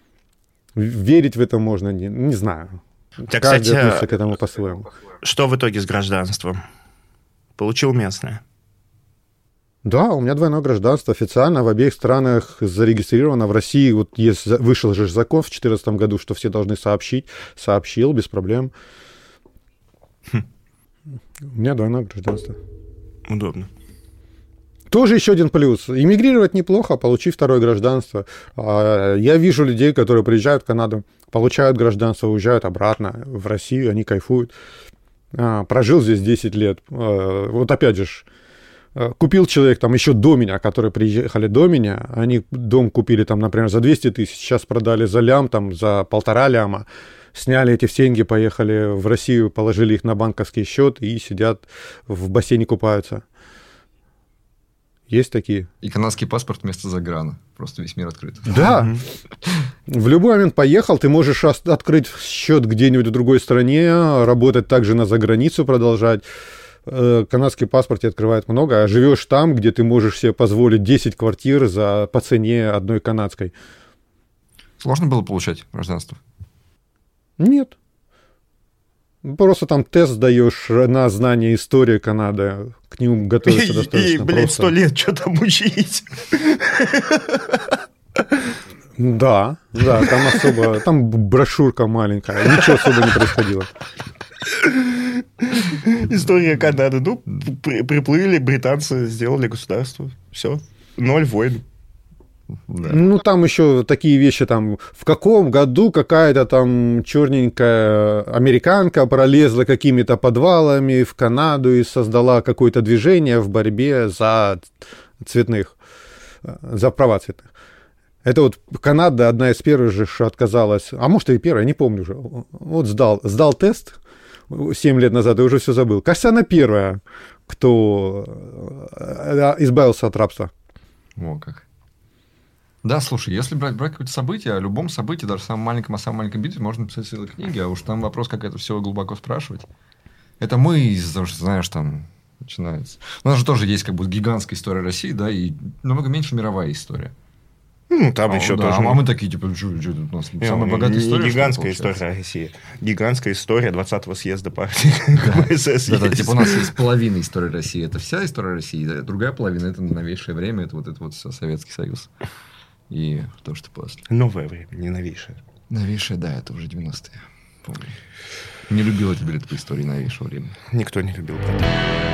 Верить в это можно, не знаю. Так, каждый кстати, относится к этому по-своему. Что в итоге с гражданством? Получил местное? Да, у меня двойное гражданство официально в обеих странах зарегистрировано. В России вот вышел же закон в 2014 году, что все должны сообщить. Сообщил, без проблем. У меня двойное гражданство. Удобно. Тоже еще один плюс. Иммигрировать неплохо, получив 2 гражданство. Я вижу людей, которые приезжают в Канаду, получают гражданство, уезжают обратно в Россию, они кайфуют. Прожил здесь 10 лет. Вот опять же, купил человек там еще до меня, которые приехали до меня, они дом купили там, например, за 200 тысяч, сейчас продали за лям, там, за 1,5 ляма, сняли эти все деньги, поехали в Россию, положили их на банковский счет и сидят в бассейне купаются. Есть такие. И канадский паспорт вместо заграна. Просто весь мир открыт. Да. В любой момент поехал, ты можешь открыть счет где-нибудь в другой стране, работать также на заграницу, продолжать. Канадский паспорт тебе открывает много, а живешь там, где ты можешь себе позволить 10 квартир по цене одной канадской. Сложно было получать гражданство? Нет. Просто там тест сдаешь на знание истории Канады, к нему готовиться достаточно просто. И, 100 лет что там учить? Да, там особо, там брошюрка маленькая, ничего особо не происходило. История Канады. Ну, приплыли британцы, сделали государство. Все. 0 войн. Да. Ну, там еще такие вещи, там, в каком году какая-то там черненькая американка пролезла какими-то подвалами в Канаду и создала какое-то движение в борьбе за права цветных. Это вот Канада одна из первых же отказалась, а может и первая, не помню уже. Вот сдал тест 7 лет назад и уже все забыл. Кажется, она первая, кто избавился от рабства. О, как. Да, слушай, если брать какое-то событие, о любом событии, даже самом маленьком битве, можно писать целые книги, а уж там вопрос, как это все глубоко спрашивать. Это мы из-за того, что, знаешь, там начинается. У нас же тоже есть как бы гигантская история России, да, и намного меньше мировая история. Ну, там еще да, тоже... А мы такие, типа, что у нас самая богатая история? Гигантская история России. Гигантская история 20-го съезда партии КПСС. Да, типа у нас есть половина истории России. Это вся история России. Другая половина – это новейшее время. Это вот Советский Союз. И то, что после. Новое время, не новейшее. Новейшее, да, это уже 90-е. Помню. Не любил эти билеты по истории новейшего времени. Никто не любил это.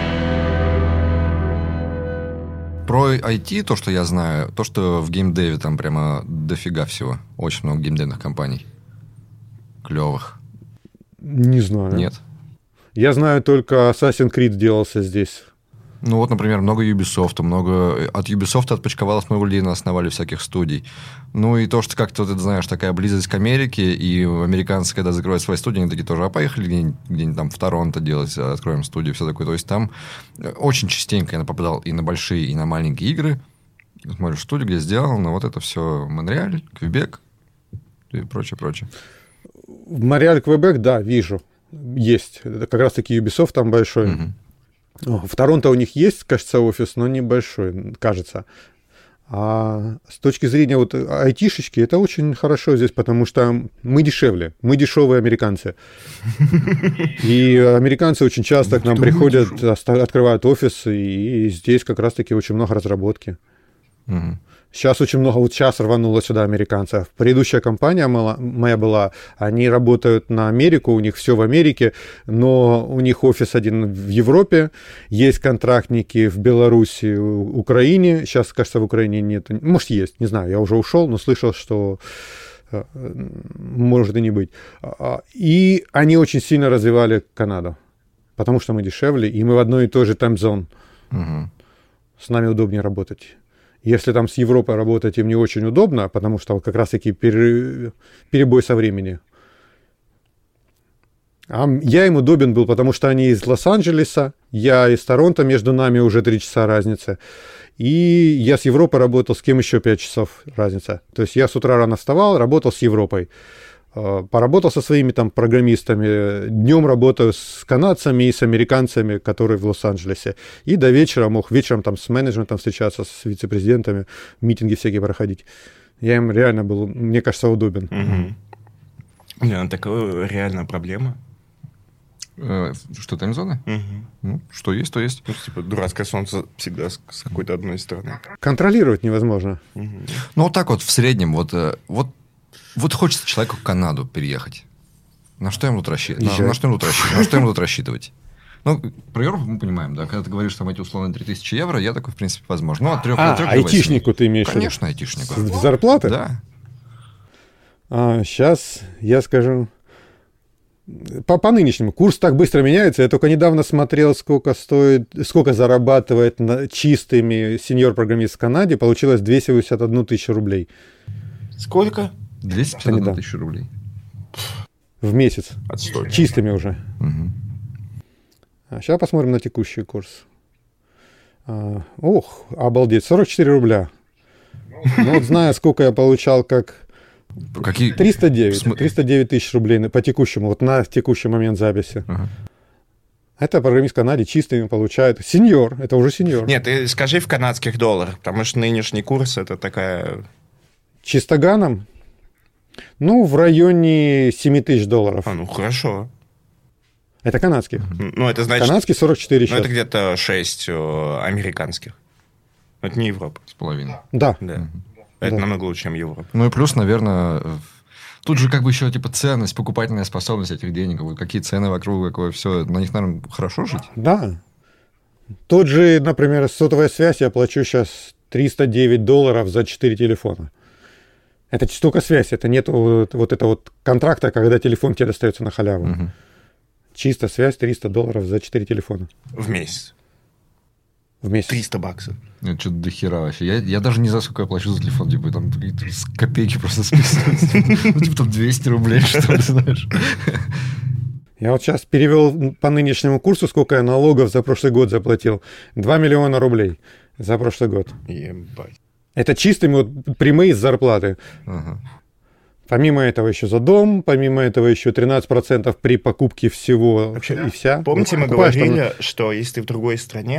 Про IT, то, что я знаю, то, что в геймдеве там прямо дофига всего. Очень много геймдевных компаний. Клевых. Не знаю. Нет? Я знаю только Assassin's Creed делался здесь. Ну вот, например, много Ubisoft, много... От Ubisoft отпочковалось много людей, основали всяких студий. Ну и то, что как-то, ты знаешь, такая близость к Америке, и американцы, когда закрывают свои студии, они такие тоже, а поехали где-нибудь там в Торонто делать, откроем студию, все такое. То есть там очень частенько я попадал и на большие, и на маленькие игры. Смотришь студию, где сделано, вот это все Монреаль, Квебек и прочее. В Монреаль, Квебек, да, вижу. Есть. Это как раз-таки Ubisoft там большой. Угу. В Торонто у них есть, кажется, офис, но небольшой, кажется. А с точки зрения вот айтишечки, это очень хорошо здесь, потому что мы дешевле, мы дешевые американцы. И американцы очень часто к нам приходят, открывают офис, и здесь как раз-таки очень много разработки. Сейчас очень много, вот сейчас рвануло сюда американцев. Предыдущая компания моя была, они работают на Америку, у них все в Америке, но у них офис один в Европе, есть контрактники в Беларуси, Украине, сейчас, кажется, в Украине нет, может, есть, не знаю, я уже ушел, но слышал, что может и не быть. И они очень сильно развивали Канаду, потому что мы дешевле, и мы в одной и той же таймзон. С нами удобнее работать. Если там с Европой работать им не очень удобно, потому что как раз-таки перебой со временем. А я им удобен был, потому что они из Лос-Анджелеса, я из Торонто, между нами уже 3 часа разница. И я с Европой работал, с кем еще 5 часов разница. То есть я с утра рано вставал, работал с Европой. Поработал со своими там программистами, днем работаю с канадцами и с американцами, которые в Лос-Анджелесе. И до вечера мог вечером там с менеджментом встречаться, с вице-президентами, митинги всякие проходить. Я им реально был, мне кажется, удобен. Да, такая реальная проблема. Что, таймзоны? Ну, что есть, то есть. Ну, типа дурацкое солнце всегда с какой-то одной стороны. Контролировать невозможно. Ну, вот так вот в среднем, вот хочется человеку в Канаду переехать. На что ему тут рассчитывать? На что ему тут рассчитывать? Ну, про Европу мы понимаем, да. Когда ты говоришь, там эти условно 3000 евро, я такой, в принципе, возможно. Ну, от 3 до 8. Айтишнику ты имеешь в виду? Конечно, айтишнику. Зарплата? Да. Сейчас я скажу... По нынешнему. Курс так быстро меняется. Я только недавно смотрел, сколько зарабатывает чистыми сеньор-программист в Канаде. Получилось 281 тысячу рублей. Сколько? 251 тысячу рублей. В месяц. Отстой. Чистыми уже. Сейчас посмотрим на текущий курс. Обалдеть. 44 рубля. Ну вот зная, сколько я получал как... 309 тысяч рублей по текущему, вот на текущий момент записи. Это программист в Канаде чистыми получает. Сеньор, это уже сеньор. Нет, ты скажи в канадских долларах, потому что нынешний курс это такая... Чистоганом? Ну, в районе 7 тысяч долларов. Ну, хорошо. Это канадских. Ну, это значит... Канадский 44 сейчас. Ну, это где-то 6 американских. Это не Европа. С половиной. Да. Это намного лучше, чем Европа. Ну и плюс, наверное, тут же как бы еще типа ценность, покупательная способность этих денег, вот какие цены вокруг, какое все, на них, наверное, хорошо жить. Да. Тот же, например, сотовая связь, я плачу сейчас $309 за 4 телефона. Это только связь, это нет вот этого контракта, когда телефон тебе достается на халяву. Чисто связь $300 за 4 телефона. В месяц. В месяц. $300. Это что-то дохера вообще. Я даже не знаю, сколько я плачу за телефон. Типа там копейки просто списываются. Ну, типа там 200 рублей, что ли, знаешь. Я вот сейчас перевел по нынешнему курсу, сколько я налогов за прошлый год заплатил. 2 миллиона рублей за прошлый год. Ебать. Это чистыми вот прямые с зарплаты. Помимо этого еще за дом, помимо этого еще 13% при покупке всего вообще, и вся. Помните, мы говорили, что если ты в другой стране,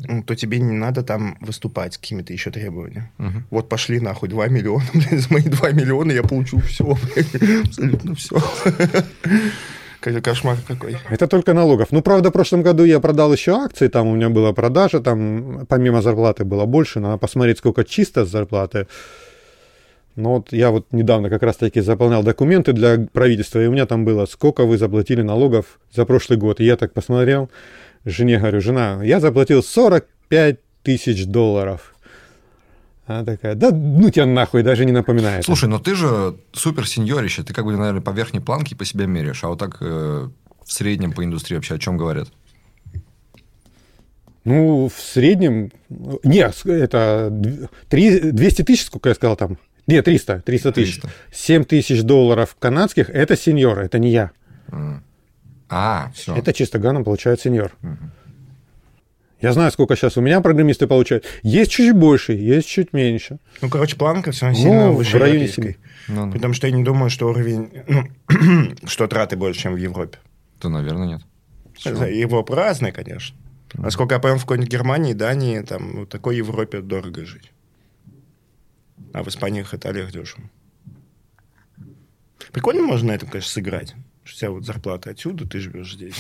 то тебе не надо там выступать с какими-то еще требованиями. Вот пошли нахуй 2 миллиона, блядь, за мои 2 миллиона я получу все, блядь, абсолютно все. Кошмар какой. Это только налогов. Ну, правда, в прошлом году я продал еще акции, там у меня была продажа, там помимо зарплаты было больше, надо посмотреть, сколько чисто с зарплаты. Но вот я вот недавно как раз-таки заполнял документы для правительства, и у меня там было, сколько вы заплатили налогов за прошлый год. И я так посмотрел, жене говорю, жена, я заплатил 45 тысяч долларов. Она такая, да ну тебя нахуй, даже не напоминает. Слушай, но ты же супер сеньорище, ты как бы, наверное, по верхней планке по себе меряешь, а вот так в среднем по индустрии вообще о чем говорят? Ну, в среднем... Нет, это 200 тысяч, сколько я сказал там? Нет, 300 тысяч. 7 тысяч долларов канадских – это сеньор, это не я. Все. Это чисто ганом получает сеньор. Я знаю, сколько сейчас у меня программисты получают. Есть чуть больше, есть чуть меньше. Ну, короче, планка все равно сильно выше в районе европейской. Потому что я не думаю, что уровень... что траты больше, чем в Европе. Да, наверное, нет. Европа разная, конечно. Насколько я понял, в какой-нибудь Германии, Дании, там, в такой Европе дорого жить. А в Испаниях, Италиях дешево. Прикольно можно на этом, конечно, сыграть. Что у тебя вот зарплата отсюда, ты живешь здесь.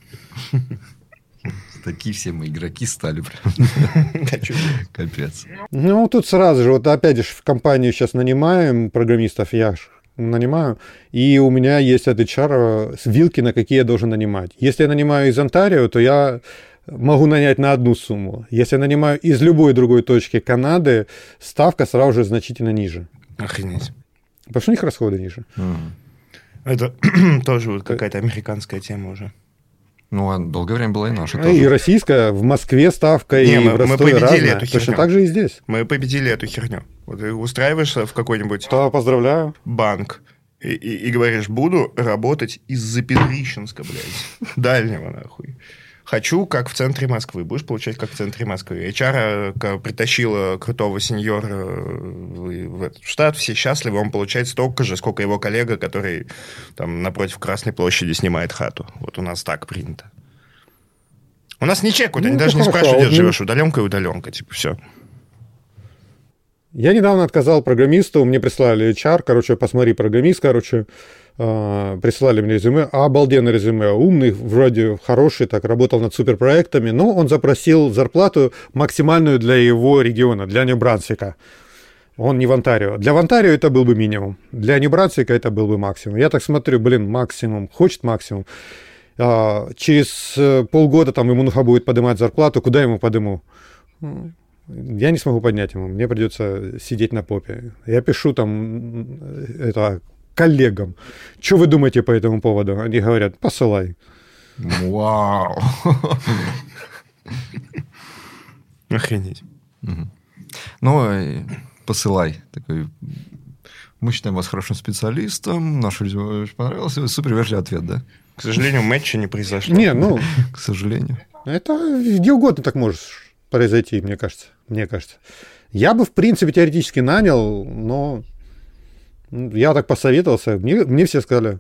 Такие все мы игроки стали прям. Капец. Ну, тут сразу же, вот опять же, в компанию сейчас нанимаем программистов, я нанимаю, и у меня есть от HR вилки, на какие я должен нанимать. Если я нанимаю из Онтарио, то я могу нанять на одну сумму. Если я нанимаю из любой другой точки Канады, ставка сразу же значительно ниже. Охренеть. Потому что у них расходы ниже. Это тоже вот какая-то американская тема уже. Ну, а долгое время была и наша тоже. И российская, в Москве ставка, и в Ростове разная. Точно так же и здесь. Мы победили эту херню. Вот ты устраиваешься в какой-нибудь поздравляю. Банк и говоришь, буду работать из Запетрищенска, блядь, дальнего нахуй. Хочу, как в центре Москвы. Будешь получать, как в центре Москвы. HR притащила крутого сеньора в этот штат, все счастливы, он получает столько же, сколько его коллега, который там напротив Красной площади снимает хату. Вот у нас так принято. У нас не чекают, они даже не спрашивают, где ты живешь, удаленка и удаленка, типа, все. Я недавно отказал программисту, мне прислали HR, посмотри, программист, прислали мне резюме, обалденное резюме, умный, вроде хороший, так, работал над суперпроектами, но он запросил зарплату максимальную для его региона, для Нью-Брансвика. Он не в Онтарио. Для Онтарио это был бы минимум, для Нью-Брансвика это был бы максимум. Я так смотрю, максимум, хочет максимум. Через полгода там ему нужно будет поднимать зарплату, куда ему подниму? Я не смогу поднять ему, мне придется сидеть на попе. Я пишу там коллегам. Что вы думаете по этому поводу? Они говорят, посылай. Вау. Охренеть. Ну, посылай. Такой, мы считаем вас хорошим специалистом, наш резюме очень понравился. Супер вежливый ответ, да? К сожалению, матча не произошло. К сожалению. Это где угодно так может произойти, мне кажется. Я бы, в принципе, теоретически нанял, но я так посоветовался. Мне все сказали,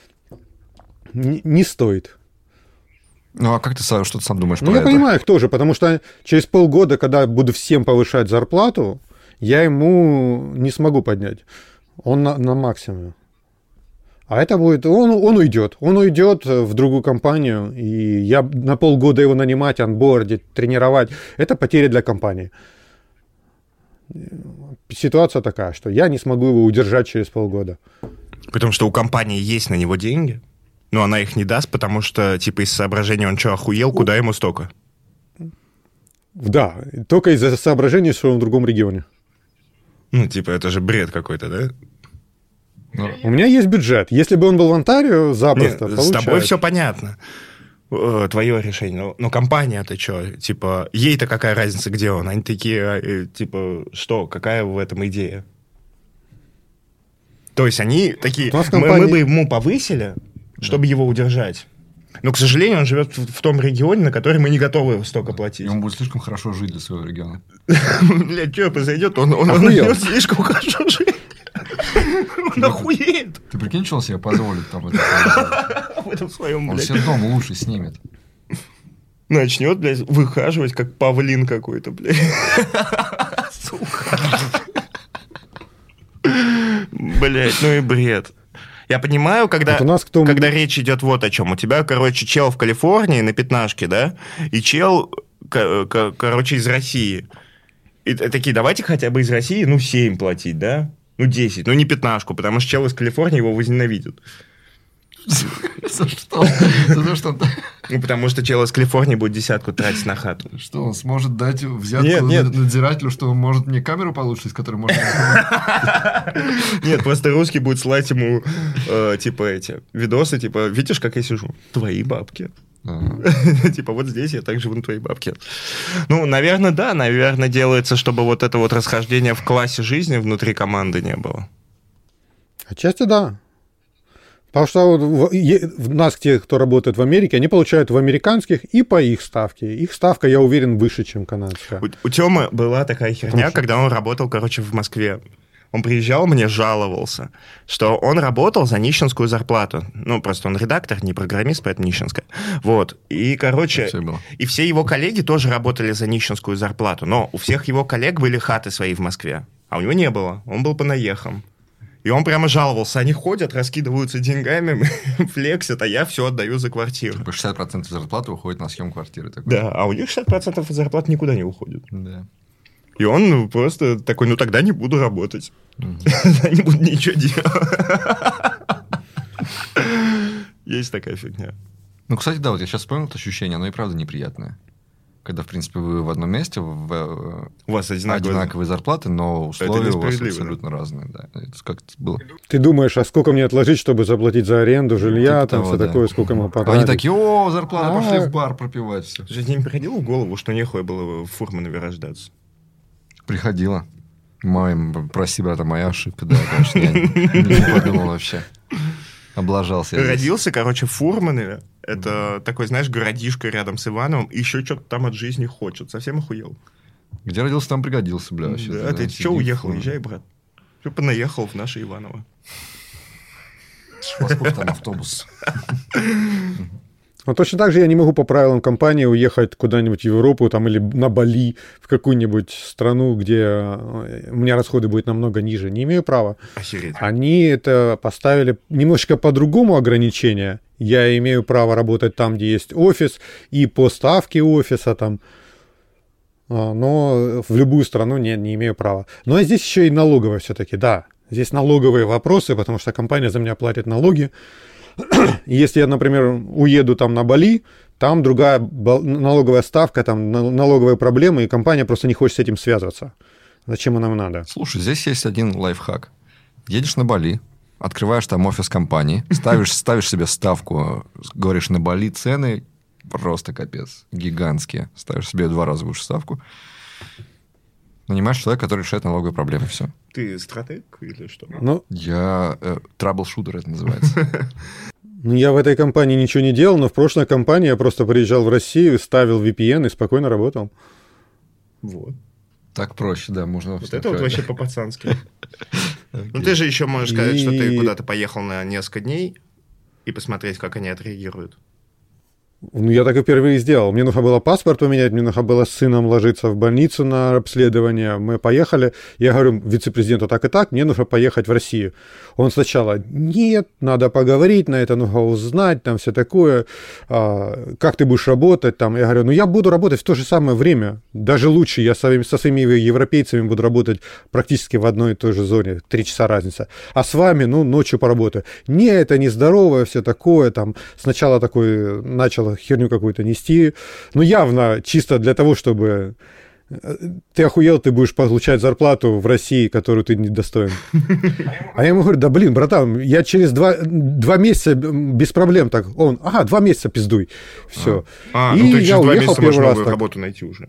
не стоит. Ну, а как ты что ты сам думаешь про это? Я понимаю их тоже, потому что через полгода, когда буду всем повышать зарплату, я ему не смогу поднять. Он на максимуме. А это будет... Он уйдет. Он уйдет в другую компанию, и я на полгода его нанимать, онбордить, тренировать. Это потеря для компании. Ситуация такая, что я не смогу его удержать через полгода. Потому что у компании есть на него деньги, но она их не даст, потому что, типа, из соображения, он что, охуел, куда ему столько? Да, только из-за соображения, что он в другом регионе. Ну, типа, это же бред какой-то, да? У меня есть бюджет. Если бы он был в Онтарио, запросто получается. С тобой все понятно. Твое решение. Но компания-то что? Типа, ей-то какая разница, где он? Они такие, типа, что? Какая в этом идея? То есть они такие, мы бы ему повысили, чтобы его удержать. Но, к сожалению, он живет в том регионе, на который мы не готовы столько платить. И он будет слишком хорошо жить для своего региона. Блядь, что произойдет? Он будет слишком хорошо жить. Он охуеет. Ты прикинь, что он себе позволит там в этом своем, он себе дом лучше снимет. начнет, блядь, выхаживать, как павлин какой-то, блядь. Сука. Блядь, ну и бред. Я понимаю, когда речь идет вот о чем. У тебя, короче, чел в Калифорнии на пятнашке, да, и чел, короче, из России. И такие, давайте хотя бы из России, 7 платить, да? 10, не пятнашку, потому что чел из Калифорнии его возненавидит. За что? За что? Потому что чел из Калифорнии будет 10 тратить на хату. Что, он сможет дать взятку надзирателю, что он может мне камеру получше, из которой можно... Нет, просто русский будет слать ему, видосы, видишь, как я сижу? Твои бабки. Вот здесь я так живу на твоей бабке. Наверное, да. Наверное, делается, чтобы вот это вот расхождение в классе жизни внутри команды не было. Отчасти да. Потому что у нас, те, кто работает в Америке, они получают в американских и по их ставке. Их ставка, я уверен, выше, чем канадская. У Тёмы была такая херня, когда он работал, в Москве. Он приезжал, мне жаловался, что он работал за нищенскую зарплату. Просто он редактор, не программист, поэтому нищенская. Вот. И, и все его коллеги тоже работали за нищенскую зарплату. Но у всех его коллег были хаты свои в Москве, а у него не было. Он был понаехом. И он прямо жаловался. Они ходят, раскидываются деньгами, флексят, а я все отдаю за квартиру. 60% зарплаты уходит на съем квартиры. Да, а у них 60% зарплаты никуда не уходит. Да. И он просто такой, тогда не буду работать. Не буду ничего делать. Есть такая фигня. Кстати, да, я сейчас вспомнил это ощущение, оно и правда неприятное. Когда, в принципе, вы в одном месте, у вас одинаковые зарплаты, но условия у вас абсолютно разные. Да. Это как-то было. Ты думаешь, а сколько мне отложить, чтобы заплатить за аренду жилья, все такое, сколько мы потратить? Они такие, зарплата, пошли в бар пропивать все. Слушай, тебе не приходило в голову, что нехуй было в Фурманове рождаться? Приходило. Прости, брата, моя ошибка, да, конечно, я не подумал вообще. Облажался. Родился, в Фурманове. Это такой, знаешь, городишко рядом с Ивановым. И еще что-то там от жизни хочет. Совсем охуел. Где родился, там пригодился, бля. Вообще, да, ты что уехал? Езжай, брат. Ты понаехал в наше Иваново. Во сколько там автобус? Точно так же я не могу по правилам компании уехать куда-нибудь в Европу или на Бали, в какую-нибудь страну, где у меня расходы будут намного ниже. Не имею права. Охереть. Они это поставили немножечко по-другому ограничение. Я имею право работать там, где есть офис, и по ставке офиса там. Но в любую страну не имею права. Но здесь еще и налоговая все-таки, да. Здесь налоговые вопросы, потому что компания за меня платит налоги. Если я, например, уеду на Бали, там другая налоговая ставка, там налоговые проблемы, и компания просто не хочет с этим связываться. Зачем нам надо? Слушай, здесь есть один лайфхак. Едешь на Бали, открываешь там офис компании, ставишь себе ставку, говоришь, на Бали цены просто капец, гигантские. Ставишь себе 2 раза выше ставку, нанимаешь человека, который решает налоговые проблемы, все. Ты стратег или что? Я траблшутер, это называется. Я в этой компании ничего не делал, но в прошлой компании я просто приезжал в Россию, ставил VPN и спокойно работал. Вот. Так проще, да, можно... Вот это вообще по-пацански. Ты же еще можешь сказать, что ты куда-то поехал на несколько дней и посмотреть, как они отреагируют. Я так и впервые сделал. Мне нужно было паспорт поменять, мне нужно было с сыном ложиться в больницу на обследование. Мы поехали. Я говорю вице-президенту так и так, мне нужно поехать в Россию. Он сначала, нет, надо поговорить, на это нужно узнать, там все такое. Как ты будешь работать? Там. Я говорю, я буду работать в то же самое время. Даже лучше, я со своими европейцами буду работать практически в одной и той же зоне. 3 часа разница. А с вами, ночью поработаю. Не, это нездоровое, все такое. Там. Сначала такой начал херню какую-то нести. Явно чисто для того, чтобы ты охуел, ты будешь получать зарплату в России, которую ты не достоин. А я ему говорю, братан, я через 2 месяца без проблем так. Он, 2 месяца пиздуй. Все. И через я 2 месяца можно новую работу найти уже.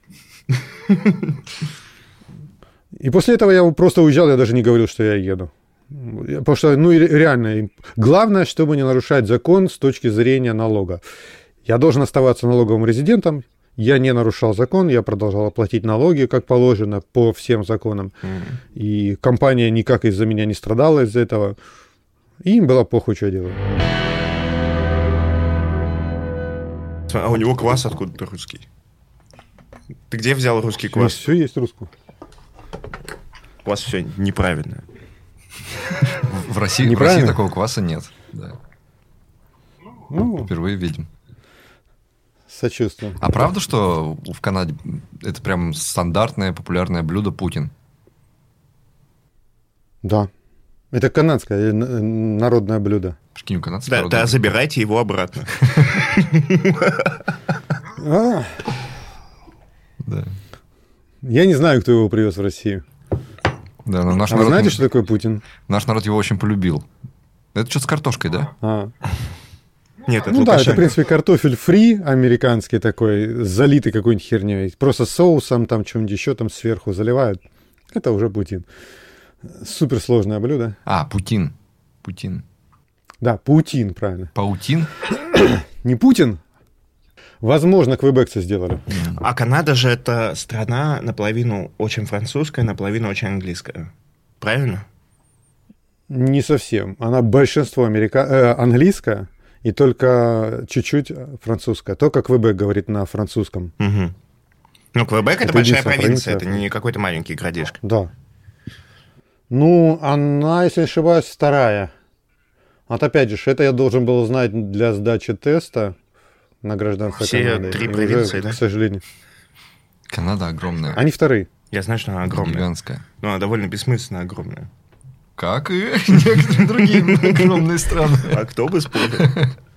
И после этого я просто уезжал, я даже не говорил, что я еду. Потому что, реально, главное, чтобы не нарушать закон с точки зрения налога. Я должен оставаться налоговым резидентом, я не нарушал закон, я продолжал платить налоги, как положено, по всем законам. И компания никак из-за меня не страдала из-за этого. И им было похуй, что я делаю. А у него квас откуда-то русский. Ты где взял русский квас? Все есть русскую. У вас все неправильно. В России такого кваса нет. Да. Ну, Впервые видим. сочувствую. А правда, что в Канаде это прям стандартное популярное блюдо Путин? Да. Это канадское народное блюдо. Прикинь, у канадцев Да, народное блюдо. забирайте его обратно. А, Да. я не знаю, кто его привез в Россию. Да, но наш А вы народ, знаете, что такое Путин? наш народ его очень полюбил. Это что-то с картошкой, да? А. Нет, это Ну да, это, в Лукашенко. принципе, картофель фри американский такой, залитый какой-нибудь херней. Просто соусом, там, что-нибудь еще там сверху заливают. Это уже Путин. Суперсложное блюдо. А, Путин. Путин. Да, паутин, правильно. Паутин? Не Путин. Возможно, квебекцы сделали. А Канада же это страна наполовину очень французская, наполовину очень английская. Правильно? Не совсем. Она большинство английская и только чуть-чуть французская. То, как Квебек говорит на французском. Угу. Ну, Квебек это Это большая единственная провинция, провинция. это не какой-то маленький городишко. Да. Ну, она, если не ошибаюсь, вторая. Вот опять же, это я должен был знать для сдачи теста на гражданство Все Канады. 3 И уже, провинции, да? к сожалению. Канада огромная. Они вторые. Я знаю, что она огромная. Гигантская. Но она довольно бессмысленно огромная. Как и некоторые другие огромные страны. А кто бы спорил?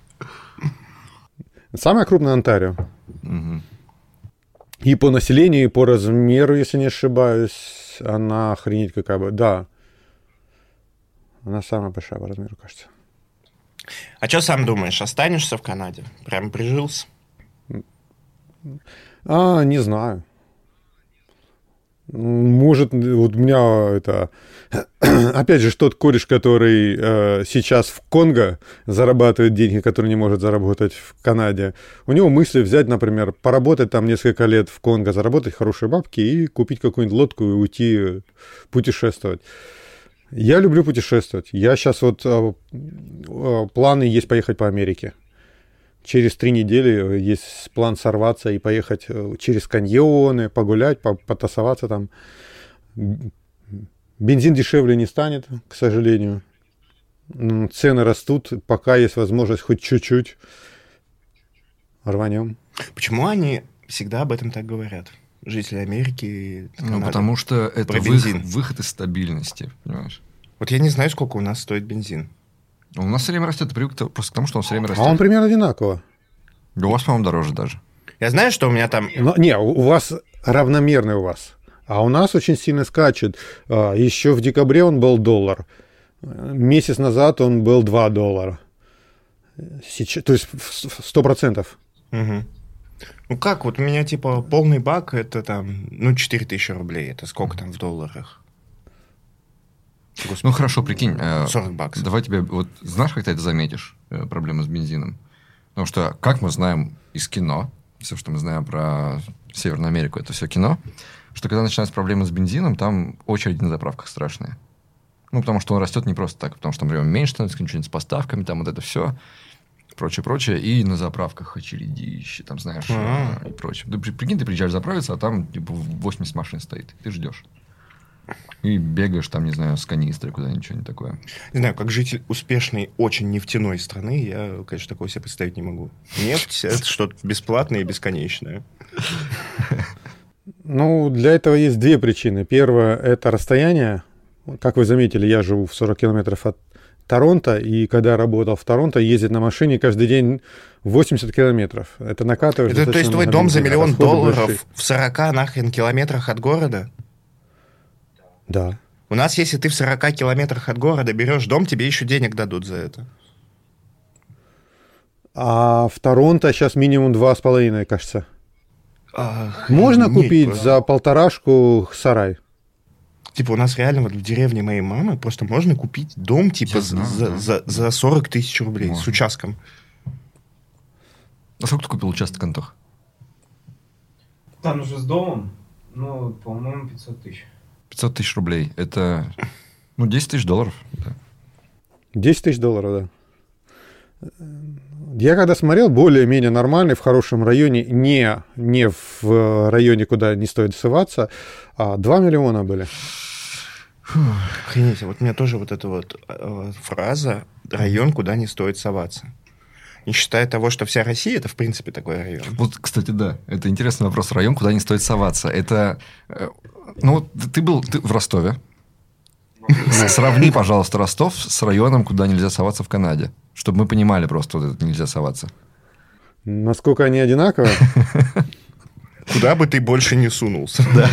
Самая крупная Онтарио. Мгм. И по населению, и по размеру, если не ошибаюсь, она охренеть какая бы. Да. Она самая большая по размеру, кажется. А что сам думаешь, останешься в Канаде? Прям прижился? Не знаю. Может, вот у меня это... Опять же, тот кореш, который сейчас в Конго зарабатывает деньги, которые не может заработать в Канаде. У него мысли взять, например, поработать там несколько лет в Конго, заработать хорошие бабки и купить какую-нибудь лодку и уйти путешествовать. Я люблю путешествовать. Я сейчас вот... планы есть поехать по Америке. Через 3 недели есть план сорваться и поехать через каньоны, погулять, потасоваться там. Бензин дешевле не станет, к сожалению. Цены растут, пока есть возможность хоть чуть-чуть. Рванем. Почему они всегда об этом так говорят? Жители Америки и Ну, Канады. потому что это Про бензин. выход из стабильности, понимаешь? Вот я не знаю, сколько у нас стоит бензин. У нас все время растет, привык просто к тому, что он все время А растет. он примерно одинаково. У вас, по-моему, дороже даже. Я знаю, что у меня там... Но, не, у вас равномерный у вас. А у нас очень сильно скачет. Еще в декабре он был $1. Месяц назад он был $2. Сейчас, то есть 100%. Угу. Ну как, вот у меня типа полный бак, это там, 4000 рублей. Это сколько там в долларах? Господи, Ну, хорошо, прикинь. 40 баксов. Давай тебе... Вот знаешь, как ты это заметишь, проблему с бензином? Потому что, как мы знаем из кино, все, что мы знаем про Северную Америку, это все кино, что когда начинаются проблемы с бензином, там очереди на заправках страшные. Ну, потому что он растет не просто так, потому что там время меньше становится, что-нибудь с поставками, там вот это все, прочее. И на заправках очередище, там, знаешь, и прочее. Да, прикинь, ты приезжаешь заправиться, а там типа 80 машин стоит. Ты ждешь. И бегаешь там, не знаю, с канистрой куда-нибудь, что-нибудь такое. Не знаю, как житель успешной, очень нефтяной страны, я, конечно, такого себе представить не могу. Нефть – это что-то бесплатное и бесконечное. Ну, для этого есть 2 причины. Первое – это расстояние. Как вы заметили, я живу в 40 километров от Торонто, и когда работал в Торонто, ездить на машине каждый день 80 километров. Это накатываешь. Это, то есть твой достаточно дом за бензина, $1 расходы миллион большие. в 40 нахрен километрах от города? Да. У нас, если ты в 40 километрах от города берешь дом, тебе еще денег дадут за это. А в Торонто сейчас минимум 2,5, кажется. Ах, Можно нет, купить за 1,5 сарай. Типа у нас реально вот в деревне моей мамы просто можно купить дом типа Я знаю, за 40 тысяч рублей Можно. с участком. А сколько ты купил участок, Антох? Там уже с домом, ну, по-моему, 500 тысяч. 500 тысяч рублей. Это, $10 тысяч. Да. 10 тысяч долларов, да. Я когда смотрел, более-менее нормальный, в хорошем районе, не в районе, куда не стоит соваться, 2 миллиона были. Охренеть, вот у меня тоже вот эта вот фраза «район, куда не стоит соваться». Не считая того, что вся Россия – это, в принципе, такой район. Вот, кстати, да, это интересный вопрос. Район, куда не стоит соваться. Это... Ну, ты был в Ростове. Сравни, пожалуйста, Ростов с районом, куда нельзя соваться в Канаде. Чтобы мы понимали просто, вот это нельзя соваться. Насколько они одинаковые? Куда бы ты больше не сунулся. Да.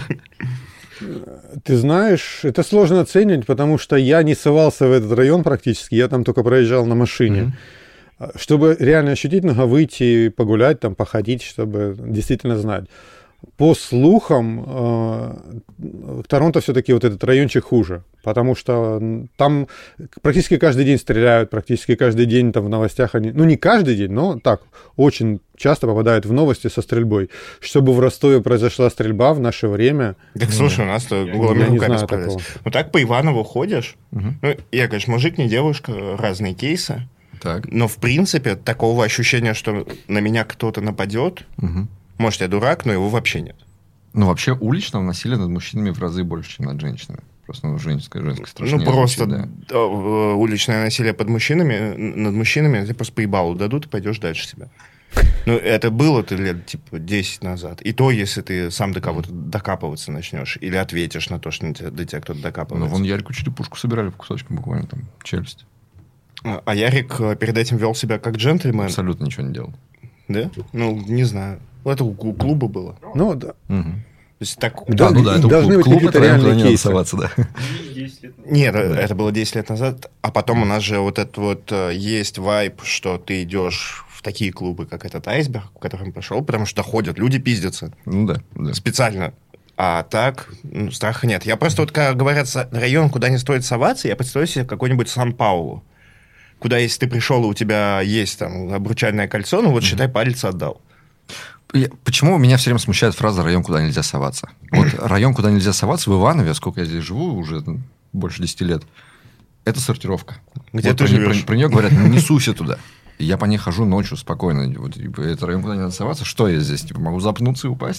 Ты знаешь, это сложно оценивать, потому что я не совался в этот район практически, я там только проезжал на машине. Чтобы реально ощутить, нужно выйти, погулять, там, походить, чтобы действительно знать. По слухам, Торонто все-таки вот этот райончик хуже, потому что там практически каждый день стреляют, практически каждый день там в новостях они... Ну, не каждый день, но так, очень часто попадают в новости со стрельбой. Чтобы в Ростове произошла стрельба в наше время... Так, слушай, у нас-то голыми руками справились. Вот так по Иванову ходишь, ну, я, конечно, мужик, не девушка, разные кейсы, Так. но, в принципе, такого ощущения, что на меня кто-то нападет... Может, я дурак, но его вообще нет. Ну, вообще, уличного насилия над мужчинами в разы больше, чем над женщинами. Просто женское страшнее. Ну, просто звучит, да. Уличное насилие над мужчинами, тебе просто поебалу дадут, и пойдешь дальше себя. Ну, это было-то лет, типа, 10 назад. И то, если ты сам до кого-то докапываться начнешь, или ответишь на то, что до тебя кто-то докапывается. Ну, вон Ярику черепушку собирали по кусочкам буквально, там, челюсть. А Ярик перед этим вел себя как джентльмен. Абсолютно ничего не делал. Да? Ну, не знаю. Это у клуба было. Ну, да. То есть, так... Да, ну да, это должны быть клуб, какие-то это реальные не кейсы. соваться, да. Нет, это было 10 лет назад. А потом у нас же вот этот вот есть вайб, что ты идешь в такие клубы, как этот «Айсберг», в который он пошел, потому что ходят, люди пиздятся. Ну да, да. Специально. А так, ну, страха нет. Я просто вот, когда говорят район, куда не стоит соваться, я представляю себе какой-нибудь Сан-Паулу, куда, если ты пришел, и у тебя есть там обручальное кольцо, ну вот, считай, палец отдал. Почему меня все время смущает фраза «район, куда нельзя соваться»? Вот район, куда нельзя соваться, в Иванове, сколько я здесь живу, уже больше 10 лет, это сортировка. Где вот ты живешь? Про нее говорят, не суйся туда. И я по ней хожу ночью спокойно. Вот, типа, это район, куда не надо соваться. Что я здесь? Типа, могу запнуться и упасть?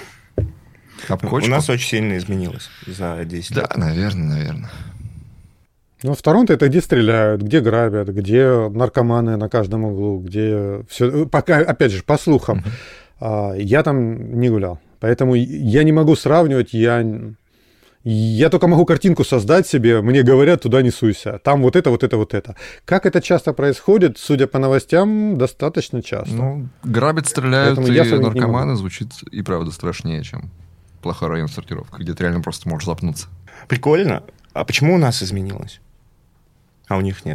У нас очень сильно изменилось за 10 лет. Да, наверное. Ну, в Торонто это где стреляют, где грабят, где наркоманы на каждом углу, где все. Пока, опять же, по слухам, я там не гулял. Поэтому я не могу сравнивать, я только могу картинку создать себе, мне говорят, туда не суйся. Там вот это, вот это, вот это. Как это часто происходит, судя по новостям, достаточно часто. Ну, грабят, стреляют, поэтому я и наркоманы звучит и правда страшнее, чем плохой район сортировки, где ты реально просто можешь запнуться. Прикольно. А почему у нас изменилось? А у них нет.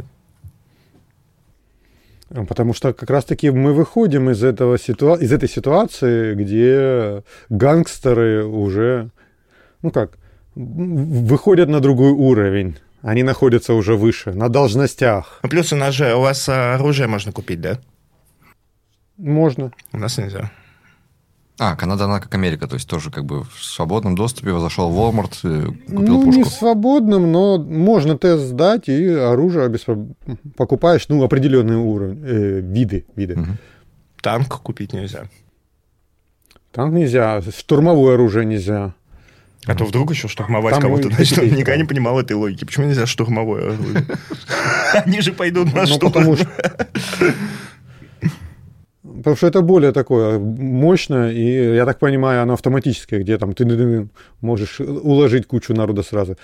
Потому что как раз-таки мы выходим из этой ситуации, где гангстеры уже, выходят на другой уровень. Они находятся уже выше, на должностях. Ну, плюс у вас оружие можно купить, да? Можно. У нас нельзя. Канада, она как Америка, то есть тоже как бы в свободном доступе зашел в Walmart, купил пушку. Не в свободном, но можно тест сдать и оружие покупаешь, определенные виды. Угу. Танк купить нельзя. Танк нельзя, штурмовое оружие нельзя. А то вдруг еще штурмовать кого-то начнут. Никогда не понимал этой логики. Почему нельзя штурмовое оружие? Они же пойдут на штурм. Потому что это более такое мощное, и, я так понимаю, оно автоматическое, где там ты можешь уложить кучу народа сразу.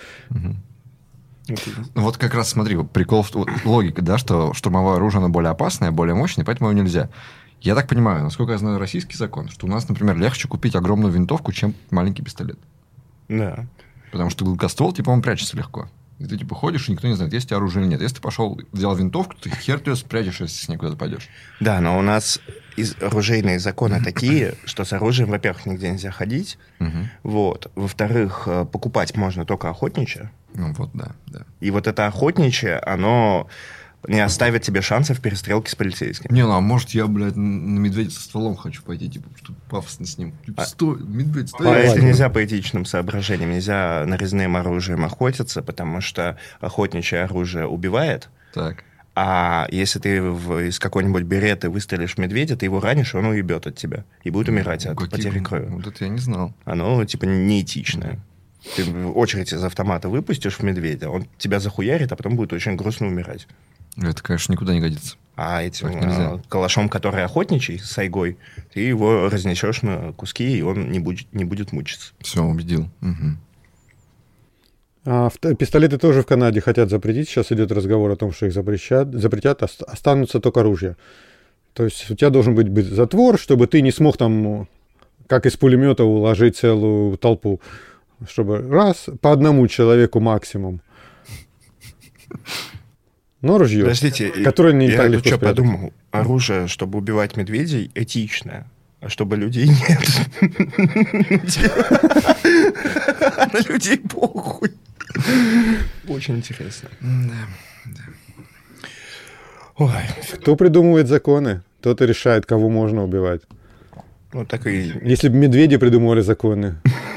Вот как раз смотри, прикол, логика, да, что штурмовое оружие, оно более опасное, более мощное, поэтому его нельзя. Я так понимаю, насколько я знаю российский закон, что у нас, например, легче купить огромную винтовку, чем маленький пистолет. Да. Потому что гладкоствол, он прячется легко. И ты, ходишь, и никто не знает, есть у тебя оружие или нет. Если ты пошел, взял винтовку, ты хер ты ее спрячешь, если с ней куда-то пойдешь. Да, но у нас оружейные законы такие, что с оружием, во-первых, нигде нельзя ходить. Вот. Во-вторых, покупать можно только охотничье. Ну вот, да. И вот это охотничье, оно не оставит тебе шансов в перестрелке с полицейским. Не, а может я, блядь, на медведя со стволом хочу пойти, чтобы пафосно с ним. Стой, медведь, стой. А это нельзя по этичным соображениям, нельзя нарезным оружием охотиться, потому что охотничье оружие убивает, так. А если ты из какой-нибудь береты выстрелишь в медведя, ты его ранишь, и он уебет от тебя. И будет умирать от потери крови. Вот это я не знал. Оно, типа, неэтичное. Ты в очередь из автомата выпустишь в медведя, он тебя захуярит, а потом будет очень грустно умирать. Это, конечно, никуда не годится. А этим калашом, который охотничий, с айгой, ты его разнесешь на куски, и он не будет мучиться. Все, убедил. Угу. Пистолеты тоже в Канаде хотят запретить. Сейчас идет разговор о том, что их запретят, останутся только ружья. То есть у тебя должен быть затвор, чтобы ты не смог там, как из пулемета, уложить целую толпу. Чтобы раз, по одному человеку максимум. Но ружье, подождите, которое не так легко что спрятать. Подумал, оружие, чтобы убивать медведей, этичное, а чтобы людей нет. На людей похуй. Очень интересно. Ой. Кто придумывает законы, тот и решает, кого можно убивать. Ну, так и... Если бы медведи придумывали законы.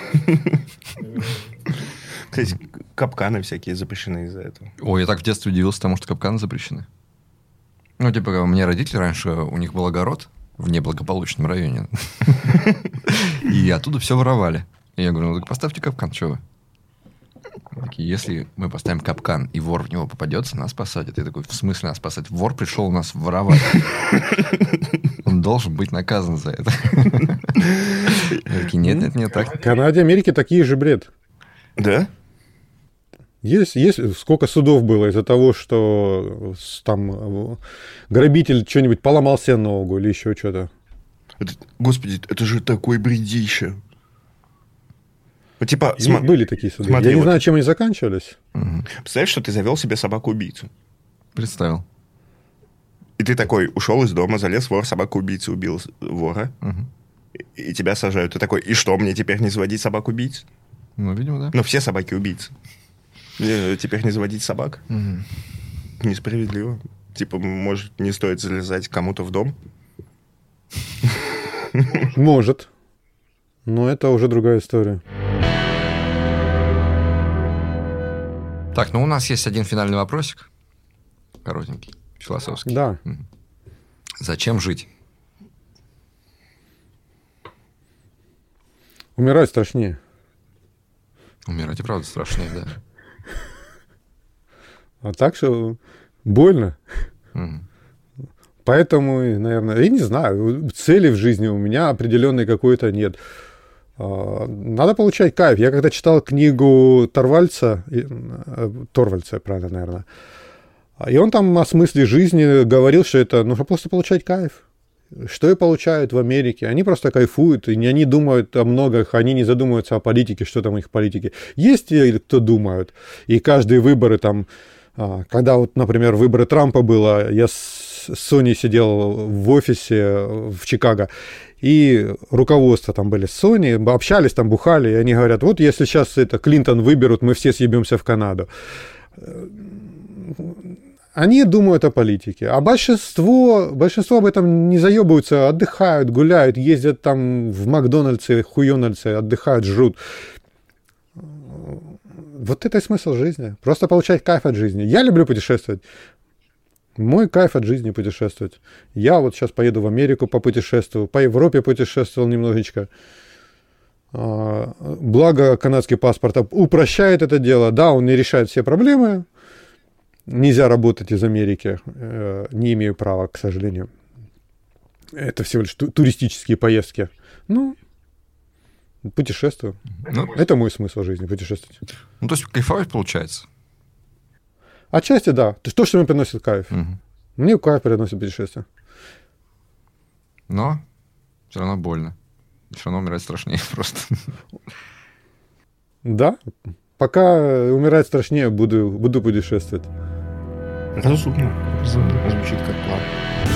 Кстати, капканы всякие запрещены из-за этого. Ой, я так в детстве удивился тому, что капканы запрещены. Ну, типа, у меня родители раньше, у них был огород в неблагополучном районе. И оттуда все воровали. И я говорю, ну так поставьте капкан, что вы? Такие, если мы поставим капкан, и вор в него попадется, нас посадят. Я такой, в смысле нас посадят? Вор пришел у нас воровать. Он должен быть наказан за это. Я такие, нет, так. В Канаде, Америке такие же бред. Да? Есть сколько судов было из-за того, что там грабитель что-нибудь поломал себе ногу или еще что-то. Господи, это же такой бредище. Вот, типа, были такие суды. Смотри, я не знаю, чем они заканчивались. Представляешь, что ты завел себе собаку-убийцу. Представил. И ты такой ушел из дома, залез вор, собаку-убийцу убил вора. И тебя сажают. Ты такой, и что, мне теперь не заводить собак-убийц? Ну, видимо, да. Но все собаки-убийцы. Мне теперь не заводить собак? Несправедливо. Типа, может, не стоит залезать кому-то в дом? Может. Но это уже другая история. Так, ну у нас есть один финальный вопросик. Коротенький, философский. Да. Зачем жить? Умирать страшнее. Умирать и правда страшнее, да. А так что больно. Поэтому, наверное, я не знаю, цели в жизни у меня определенной какой-то нет. Надо получать кайф. Я когда читал книгу Торвальдса, правильно, наверное, и он там о смысле жизни говорил, что это нужно просто получать кайф. Что и получают в Америке. Они просто кайфуют, и они думают о многих, они не задумываются о политике, что там их политики. Есть те, кто думают, и каждые выборы там, когда вот, например, выборы Трампа было, я с Соней сидел в офисе в Чикаго, и руководство там были с Sony, общались, там бухали, и они говорят, вот если сейчас это Клинтон выберут, мы все съебемся в Канаду. Они думают о политике, а большинство об этом не заебываются, отдыхают, гуляют, ездят там в Макдональдсе, хуёнальдсе, отдыхают, жрут. Вот это и смысл жизни. Просто получать кайф от жизни. Я люблю путешествовать. Мой кайф от жизни путешествовать. Я вот сейчас поеду в Америку попутешествую, по Европе путешествовал немножечко. Благо канадский паспорт упрощает это дело. Да, он не решает все проблемы. Нельзя работать из Америки. Не имею права, к сожалению. Это всего лишь туристические поездки. Ну, путешествую. Ну, это мой смысл жизни, путешествовать. Ну, то есть кайфовать получается? Отчасти, да. То, что мне приносит кайф. Мне кайф приносит путешествие. Но все равно больно. Все равно умирать страшнее просто. Да. Пока умирать страшнее, буду путешествовать. Разумно. Звучит как план.